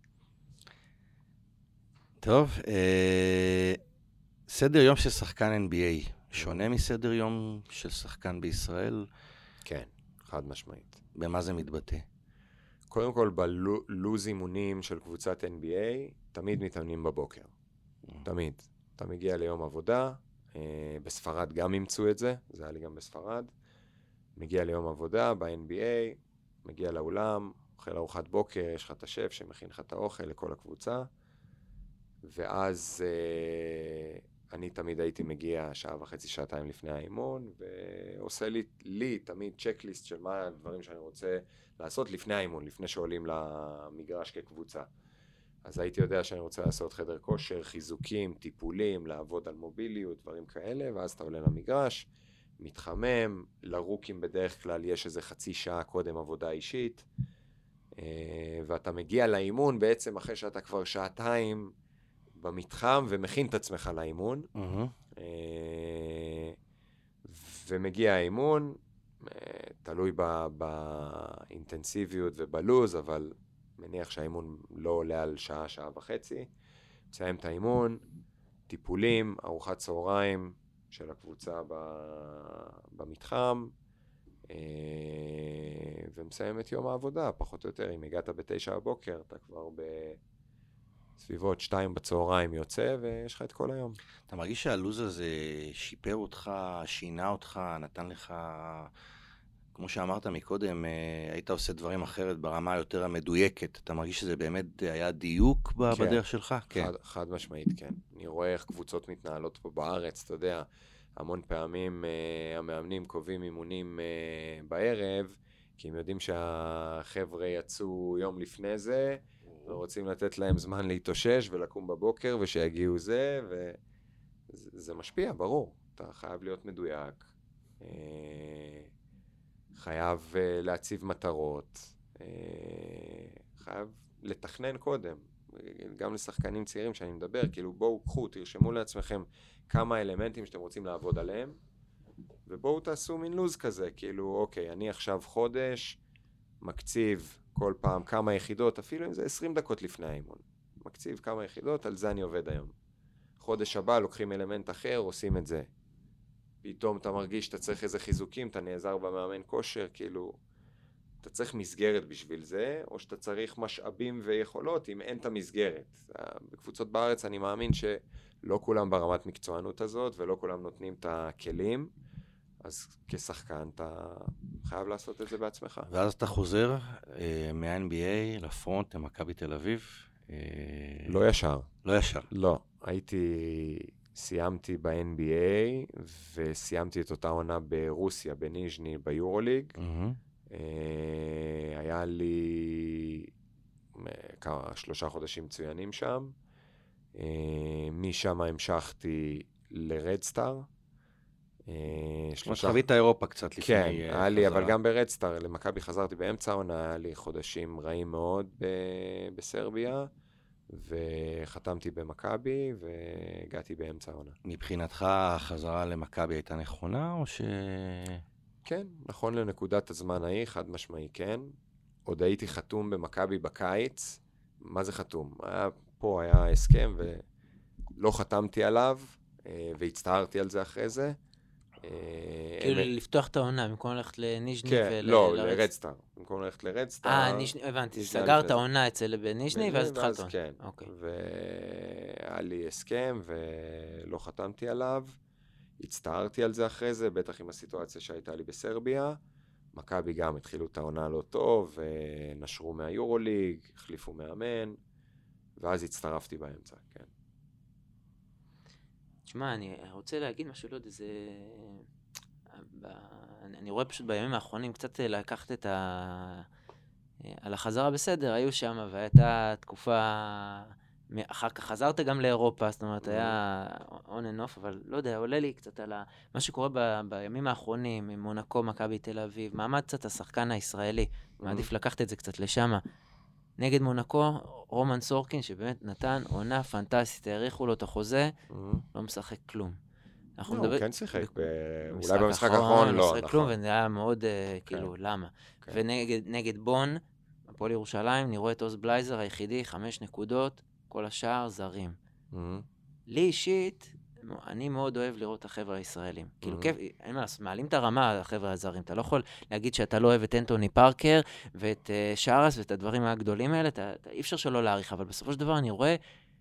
טוב, אה, סדר יום של שחקן אן בי איי, שונה מסדר יום של שחקן בישראל? כן, חד משמעית. במה זה מתבטא? קודם כל, בלוז אימונים של קבוצת אן בי איי, תמיד מתאמנים בבוקר. תמיד. אתה מגיע ליום עבודה, אה, בספרד גם אימצו את זה, זה היה לי גם בספרד. מגיע ליום עבודה ב-אן בי איי, מגיע לאולם, אוכל ארוחת בוקר, יש לך את השף שמכין לך את האוכל לכל הקבוצה, ואז אה, אני תמיד הייתי מגיע שעה וחצי, שעתיים לפני האימון, ועושה לי, לי תמיד צ'קליסט של מה הדברים שאני רוצה לעשות לפני האימון, לפני שעולים למגרש כקבוצה. אז הייתי יודע שאני רוצה לעשות חדר כושר, חיזוקים, טיפולים, לעבוד על מוביליות, דברים כאלה, ואז אתה עולה למגרש, מתחמם, לרוקים בדרך כלל יש איזה חצי שעה קודם עבודה אישית, ואתה מגיע לאימון בעצם אחרי שאתה כבר שעתיים במתחם ומכין את עצמך לאימון, mm-hmm. ומגיע האימון, תלוי באינטנסיביות ובלוז, אבל מניח שהאימון לא עולה על שעה, שעה וחצי, מסיים את האימון, טיפולים, ארוחת צהריים של הקבוצה במתחם, ומסיים את יום העבודה, פחות או יותר. אם הגעת בתשע הבוקר, אתה כבר בסביבות שתיים בצהריים יוצא, ויש לך את כל היום. אתה מרגיש שהלוז הזה שיפר אותך, שינה אותך, נתן לך... כמו שאמרת מקודם, היית עושה דברים אחרת ברמה היותר המדויקת. אתה מרגיש שזה באמת היה דיוק בדרך שלך? כן, חד, חד משמעית, כן. אני רואה איך קבוצות מתנהלות פה בארץ, אתה יודע, המון פעמים uh, המאמנים קובעים אימונים uh, בערב, כי הם יודעים שהחבר'ה יצאו יום לפני זה, ורוצים לתת להם זמן להתאושש ולקום בבוקר, ושיגיעו זה, וזה משפיע, ברור. אתה חייב להיות מדויק, uh, חייב uh, להציב מטרות, uh, חייב לתכנן קודם. גם לשחקנים צעירים שאני מדבר, כאילו בואו קחו, תרשמו לעצמכם כמה אלמנטים שאתם רוצים לעבוד עליהם, ובואו תעשו מין לוז כזה, כאילו אוקיי, אני עכשיו חודש, מקציב כל פעם כמה יחידות, אפילו אם זה עשרים דקות לפני האימון, מקציב כמה יחידות, על זה אני עובד היום. חודש הבא לוקחים אלמנט אחר, עושים את זה. פתאום אתה מרגיש שאתה צריך איזה חיזוקים, אתה נעזר במאמן כושר, כאילו אתה צריך מסגרת בשביל זה, או שאתה צריך משאבים ויכולות אם אין את המסגרת. בקבוצות בארץ אני מאמין שלא כולם ברמת מקצוענות הזאת, ולא כולם נותנים את הכלים, אז כשחקן אתה חייב לעשות את זה בעצמך. ואז אתה חוזר אה, מה-אן בי איי לפרונט למכבי תל אביב? אה... לא ישר. לא ישר. לא. הייתי, סיימתי ב-אן בי איי, וסיימתי את אותה עונה ברוסיה, בניז'ני, ביורוליג. Mm-hmm. היה לי כמה, שלושה חודשים מצוינים שם. משם המשכתי לרדסטאר. שלושה... חווית אירופה קצת לפני כן, היה לי, אבל גם ברדסטאר, למכבי חזרתי באמצע העונה, היה לי חודשים רעים מאוד ב- בסרביה, וחתמתי במכבי, והגעתי באמצע העונה. מבחינתך החזרה למכבי הייתה נכונה, או ש... כן, נכון לנקודת הזמן ההיא, חד משמעי כן. עוד הייתי חתום במכבי בקיץ. מה זה חתום? היה, פה היה הסכם ולא חתמתי עליו, והצטערתי על זה אחרי זה. כאילו לפתוח את העונה, במקום ללכת לניז'ני כן, לא, לרדסטאר. במקום ללכת לרדסטאר. אה, הבנתי, סגרת העונה אצל בניז'ני, ואז התחלת. כן, והיה לי הסכם ולא חתמתי עליו. הצטערתי על זה אחרי זה, בטח עם הסיטואציה שהייתה לי בסרביה. מכבי גם התחילו את העונה לא טוב, נשרו מהיורוליג, החליפו מאמן, ואז הצטרפתי באמצע, כן. תשמע, אני רוצה להגיד משהו, לא יודע, זה... אני רואה פשוט בימים האחרונים קצת לקחת את ה... על החזרה בסדר, היו שם, והייתה תקופה... אחר כך חזרת גם לאירופה, זאת אומרת, היה on and off, אבל לא יודע, עולה לי קצת על מה שקורה ב- בימים האחרונים, עם מונקו, מכבי תל אביב, מעמד קצת השחקן הישראלי, מעדיף לקחת את זה קצת לשם. נגד מונקו, רומן סורקין, שבאמת נתן עונה פנטסטית, העריכו לו את החוזה, לא משחק כלום. לא, הוא כן שיחק, אולי במשחק האחרון לא, נכון. כלום, וזה היה מאוד, כאילו, למה? ונגד בון, הפועל ירושלים, נראו את עוז בלייזר היחידי, חמש נקודות, כל השאר זרים. Mm-hmm. לי אישית, אני מאוד אוהב לראות את החבר'ה הישראלים. Mm-hmm. כאילו, כיף, אין מה לעשות, מעלים את הרמה, החבר'ה הזרים. אתה לא יכול להגיד שאתה לא אוהב את אנטוני פארקר, ואת uh, שרס, ואת הדברים הגדולים האלה, אתה, אתה, אי אפשר שלא להעריך, אבל בסופו של דבר אני רואה,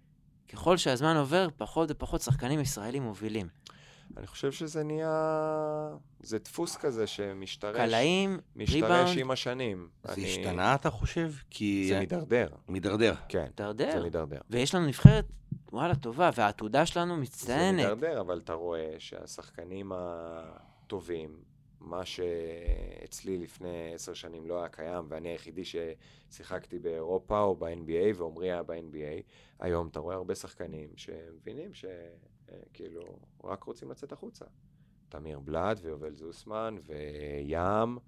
ככל שהזמן עובר, פחות ופחות שחקנים ישראלים מובילים. אני חושב שזה נהיה... זה דפוס כזה שמשתרש... קלעים, ריבאונד. משתרש עם השנים. זה אני... השתנה, אתה חושב? כי... זה מדרדר. מדרדר. כן, מדרדר. זה מדרדר. ויש לנו נבחרת, וואלה, טובה, והעתודה שלנו מצטיינת. זה מדרדר, אבל אתה רואה שהשחקנים הטובים, מה שאצלי לפני עשר שנים לא היה קיים, ואני היחידי ששיחקתי באירופה או ב-אן בי איי, ועומרי היה ב-אן בי איי, היום אתה רואה הרבה שחקנים שמבינים ש... כאילו, רק רוצים לצאת החוצה. תמיר בלאד ויובל זוסמן וים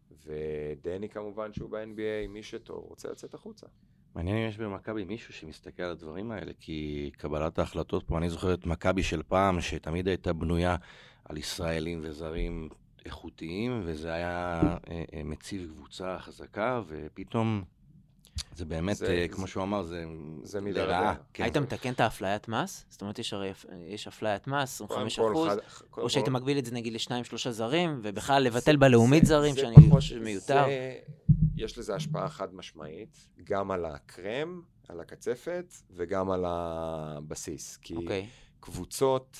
ודני כמובן שהוא ב-אן בי איי, מי שטוב רוצה לצאת החוצה. מעניין אם יש במכבי מישהו שמסתכל על הדברים האלה, כי קבלת ההחלטות פה, אני זוכר את מכבי של פעם, שתמיד הייתה בנויה על ישראלים וזרים איכותיים, וזה היה מציב קבוצה חזקה, ופתאום זה באמת, זה, כמו זה, שהוא אמר, זה, זה לרעה. כן. היית מתקן את האפליית מס? זאת אומרת, יש, יש אפליית מס, עשרים וחמישה אחוז, או כל שהיית כל... מגביל את זה נגיד לשניים, שלושה זרים, ובכלל לבטל זה, בלאומית זה, זרים, זה שאני חושב מיותר. זה, יש לזה השפעה חד משמעית, גם על הקרם, על הקצפת, וגם על הבסיס. כי okay. קבוצות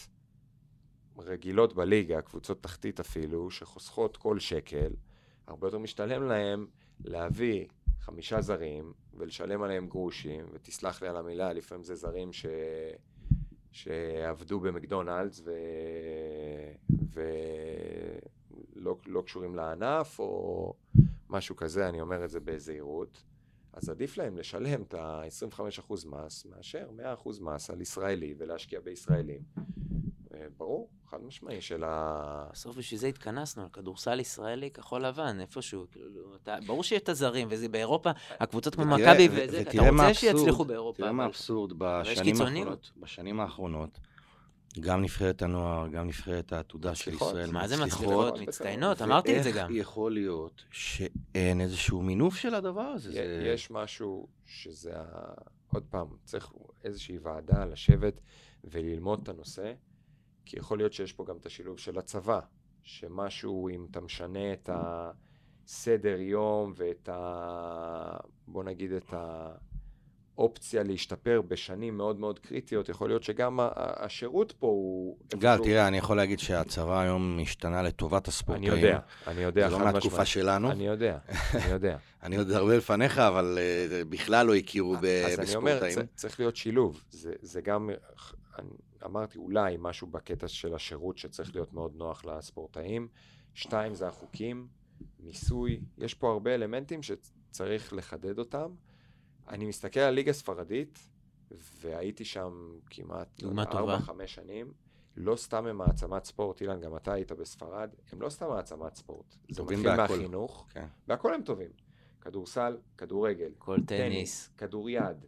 רגילות בליגה, קבוצות תחתית אפילו, שחוסכות כל שקל, הרבה יותר משתלם להם להביא חמישה זרים, ולשלם עליהם גרושים, ותסלח לי על המילה, לפעמים זה זרים ש... שעבדו במקדונלדס, ולא לא קשורים לענף או משהו כזה, אני אומר את זה בזהירות, אז עדיף להם לשלם את ה-עשרים וחמישה אחוז מס מאשר מאה אחוז מס על ישראלי ולהשקיע בישראלים. ברור, חד משמעי של ה... בסוף בשביל זה התכנסנו על כדורסל ישראלי כחול לבן, איפשהו, כאילו, אתה, ברור שיש את הזרים, וזה באירופה, הקבוצות כמו מכבי וזה, אתה רוצה שיצליחו באירופה. תראה מה האבסורד בשנים האחרונות, בשנים האחרונות, גם נבחרת הנוער, גם נבחרת העתודה של ישראל, מה זה מצליחות? מצטיינות, אמרתי את זה גם. ואיך יכול להיות שאין איזשהו מינוף של הדבר הזה? יש משהו שזה, עוד פעם, צריך איזושהי ועדה לשבת וללמוד את הנושא, כי יכול להיות שיש פה גם את השילוב של הצבא, שמשהו, אם אתה משנה את הסדר יום ואת ה... בוא נגיד את האופציה להשתפר בשנים מאוד מאוד קריטיות, יכול להיות שגם השירות פה הוא... גל, תראה, אני יכול להגיד שהצבא היום משתנה לטובת הספורטאים. אני יודע, אני יודע. זה לא מהתקופה שלנו. אני יודע, אני יודע. אני עוד הרבה לפניך, אבל בכלל לא הכירו בספורטאים. אז אני אומר, צריך להיות שילוב. זה גם... אמרתי אולי משהו בקטע של השירות שצריך להיות מאוד נוח לספורטאים. שתיים זה החוקים, מיסוי, יש פה הרבה אלמנטים שצריך לחדד אותם. אני מסתכל על ליגה ספרדית, והייתי שם כמעט ארבע חמש שנים, לא סתם הם מעצמת ספורט, אילן, גם אתה היית בספרד, הם לא סתם מעצמת ספורט. זה מתחיל מהחינוך, והכל הם טובים. כדורסל, כדורגל, טניס, כדוריד,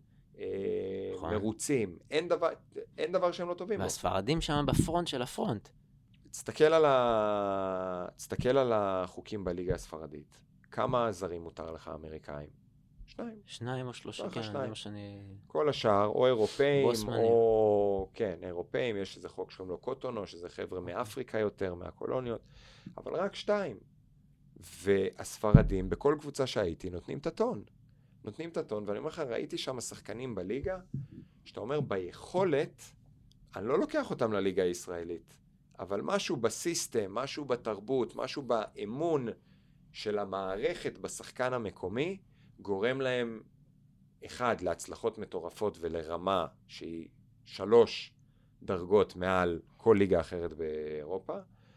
מרוצים, אין דבר, אין דבר שהם לא טובים. והספרדים שם בפרונט של הפרונט. תסתכל על ה... תסתכל על החוקים בליגה הספרדית. כמה זרים מותר לך אמריקאים? שניים. שניים או שלושה, כן, זה מה שאני... כל השאר, או אירופאים, או... כן, אירופאים, יש איזה חוק שקוראים לו קוטונו, שזה חבר'ה מאפריקה יותר, מהקולוניות, אבל רק שתיים. והספרדים, בכל קבוצה שהייתי, נותנים את הטון. נותנים את הטון, ואני אומר לך, ראיתי שם שחקנים בליגה, שאתה אומר, ביכולת, אני לא לוקח אותם לליגה הישראלית, אבל משהו בסיסטם, משהו בתרבות, משהו באמון של המערכת בשחקן המקומי, גורם להם, אחד, להצלחות מטורפות ולרמה שהיא שלוש דרגות מעל כל ליגה אחרת באירופה,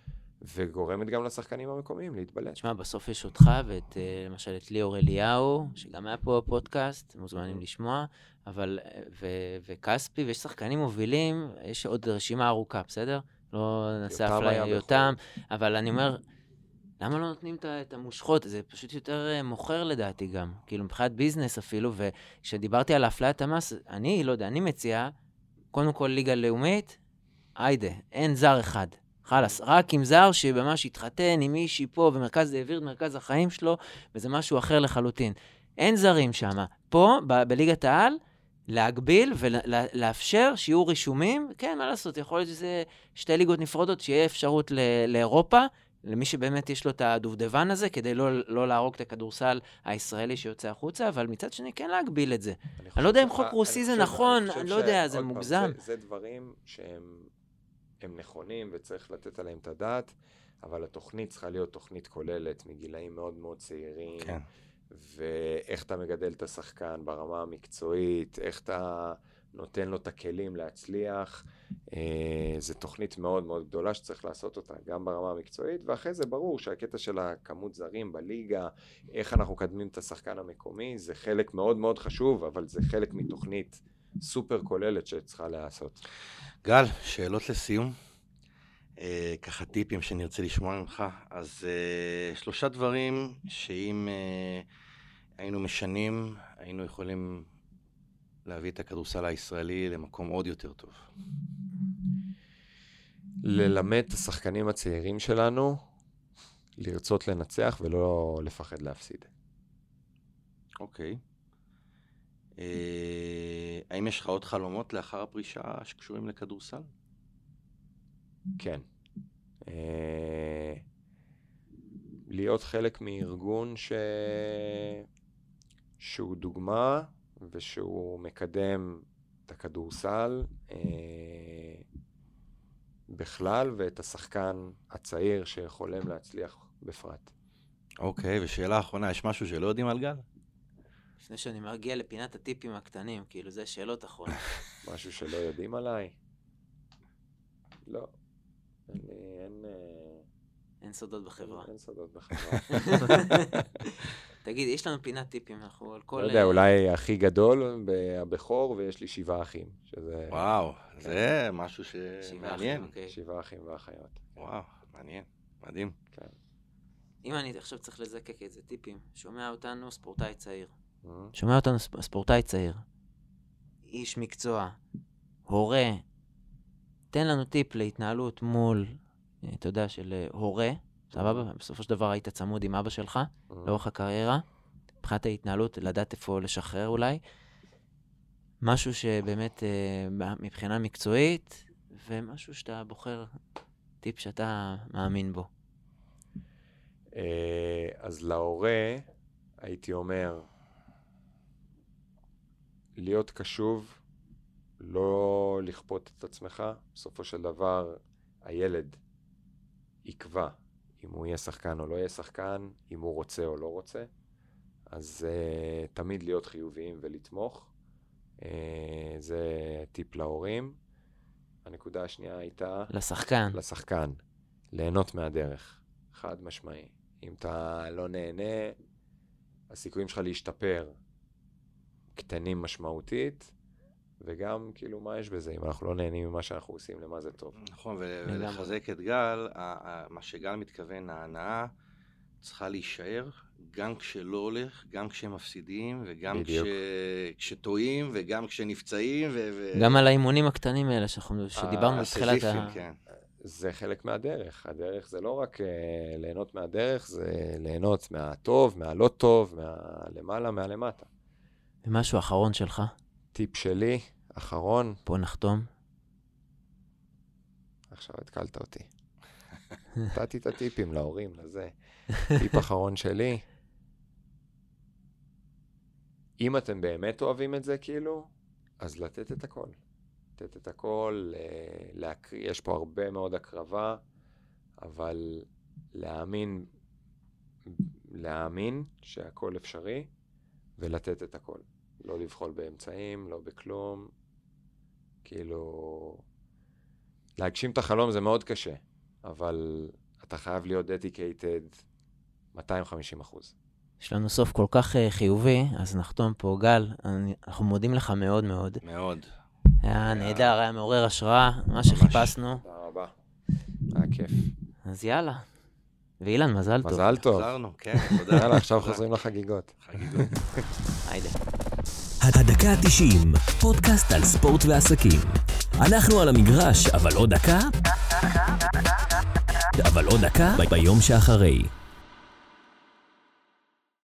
וגורמת גם לשחקנים המקומיים להתבלט. תשמע, בסוף יש אותך ואת, למשל, את ליאור אליהו, שגם היה פה בפודקאסט, מוזמנים לשמוע, אבל, ו, וכספי, ויש שחקנים מובילים, יש עוד רשימה ארוכה, בסדר? לא נעשה אפליה יותם, אבל אני אומר, למה לא נותנים את המושכות? זה פשוט יותר מוכר לדעתי גם, כאילו מבחינת ביזנס אפילו, וכשדיברתי על אפליית המס, אני, לא יודע, אני מציע, קודם כל ליגה לאומית, היידה, אין זר אחד. חלס, רק עם זר שממש התחתן עם מישהי פה, ומרכז העביר את מרכז החיים שלו, וזה משהו אחר לחלוטין. אין זרים שם. פה, ב- בליגת העל, להגביל ולאפשר שיהיו רישומים, כן, מה לעשות, יכול להיות שזה שתי ליגות נפרדות, שיהיה אפשרות ל- לאירופה, למי שבאמת יש לו את הדובדבן הזה, כדי לא, לא להרוג את הכדורסל הישראלי שיוצא החוצה, אבל מצד שני כן להגביל את זה. אני, אני לא יודע אם חוק רוסי זה נכון, אני לא יודע, זה מוגזם. זה, זה דברים שהם הם נכונים וצריך לתת עליהם את הדעת, אבל התוכנית צריכה להיות תוכנית כוללת מגילאים מאוד מאוד צעירים, כן. ואיך אתה מגדל את השחקן ברמה המקצועית, איך אתה נותן לו את הכלים להצליח, זו תוכנית מאוד מאוד גדולה שצריך לעשות אותה גם ברמה המקצועית, ואחרי זה ברור שהקטע של הכמות זרים בליגה, איך אנחנו קדמים את השחקן המקומי, זה חלק מאוד מאוד חשוב, אבל זה חלק מתוכנית סופר כוללת שצריכה לעשות. גל, שאלות לסיום, אה, ככה טיפים שנרצה לשמוע ממך, אז אה, שלושה דברים שאם אה, היינו משנים, היינו יכולים להביא את הכדורסל הישראלי למקום עוד יותר טוב. ללמד את השחקנים הצעירים שלנו, לרצות לנצח ולא לפחד להפסיד. אוקיי. אה, האם יש לך עוד חלומות לאחר הפרישה שקשורים לכדורסל? כן. אה, להיות חלק מארגון ש... שהוא דוגמה ושהוא מקדם את הכדורסל אה, בכלל ואת השחקן הצעיר שיכולים להצליח בפרט. אוקיי, ושאלה האחרונה, יש משהו שלא יודעים על גל? לפני שאני מגיע לפינת הטיפים הקטנים, כאילו זה שאלות אחרונות. משהו שלא יודעים עליי? לא. אין לי, אין... אין סודות בחברה. אין סודות בחברה. תגיד, יש לנו פינת טיפים, אנחנו על כל... לא יודע, אולי הכי גדול הבכור, ויש לי שבעה אחים, שזה... וואו, זה משהו שמעניין. שבעה אחים ואחיות. וואו, מעניין, מדהים. כן. אם אני עכשיו צריך לזקק איזה טיפים, שומע אותנו ספורטאי צעיר. שומע אותנו ספורטאי צעיר. איש מקצוע, הורה. תן לנו טיפ להתנהלות מול, אתה יודע, של הורה. סבבה? בסופו של דבר היית צמוד עם אבא שלך, לאורך הקריירה. מבחינת ההתנהלות, לדעת איפה לשחרר אולי. משהו שבאמת מבחינה מקצועית, ומשהו שאתה בוחר, טיפ שאתה מאמין בו. אז להורה, הייתי אומר, להיות קשוב, לא לכפות את עצמך. בסופו של דבר, הילד יקבע אם הוא יהיה שחקן או לא יהיה שחקן, אם הוא רוצה או לא רוצה. אז uh, תמיד להיות חיוביים ולתמוך. Uh, זה טיפ להורים. הנקודה השנייה הייתה... לשחקן. לשחקן. ליהנות מהדרך. חד משמעי. אם אתה לא נהנה, הסיכויים שלך להשתפר קטנים משמעותית, וגם כאילו מה יש בזה, אם אנחנו לא נהנים ממה שאנחנו עושים, למה זה טוב. נכון, ולחזק את גל, מה שגל מתכוון, ההנאה צריכה להישאר, גם כשלא הולך, גם כשמפסידים, וגם כשטועים, וגם כשנפצעים. גם על האימונים הקטנים האלה שדיברנו בתחילת ה... זה חלק מהדרך. הדרך זה לא רק ליהנות מהדרך, זה ליהנות מהטוב, מהלא טוב, מהלמעלה, מהלמטה. ומשהו אחרון שלך? טיפ שלי, אחרון. פה נחתום. עכשיו התקלת אותי. נתתי את הטיפים להורים, לזה. טיפ אחרון שלי. אם אתם באמת אוהבים את זה, כאילו, אז לתת את הכל. לתת את הכל, להקריא, יש פה הרבה מאוד הקרבה, אבל להאמין, להאמין שהכל אפשרי, ולתת את הכל. לא לבחול באמצעים, לא בכלום. כאילו, להגשים את החלום זה מאוד קשה, אבל אתה חייב להיות dedicated מאתיים וחמישים אחוז. יש לנו סוף כל כך חיובי, אז נחתום פה. גל, אנחנו מודים לך מאוד מאוד. מאוד. היה נהדר, היה מעורר השראה, מה שחיפשנו. תודה רבה. היה כיף. אז יאללה. ואילן, מזל טוב. מזל טוב. חזרנו, כן, תודה. יאללה, עכשיו חוזרים לחגיגות. חגיגות. היידה. הדקה ה-תשעים, פודקאסט על ספורט ועסקים. אנחנו על המגרש, אבל עוד דקה? אבל עוד דקה ביום שאחרי.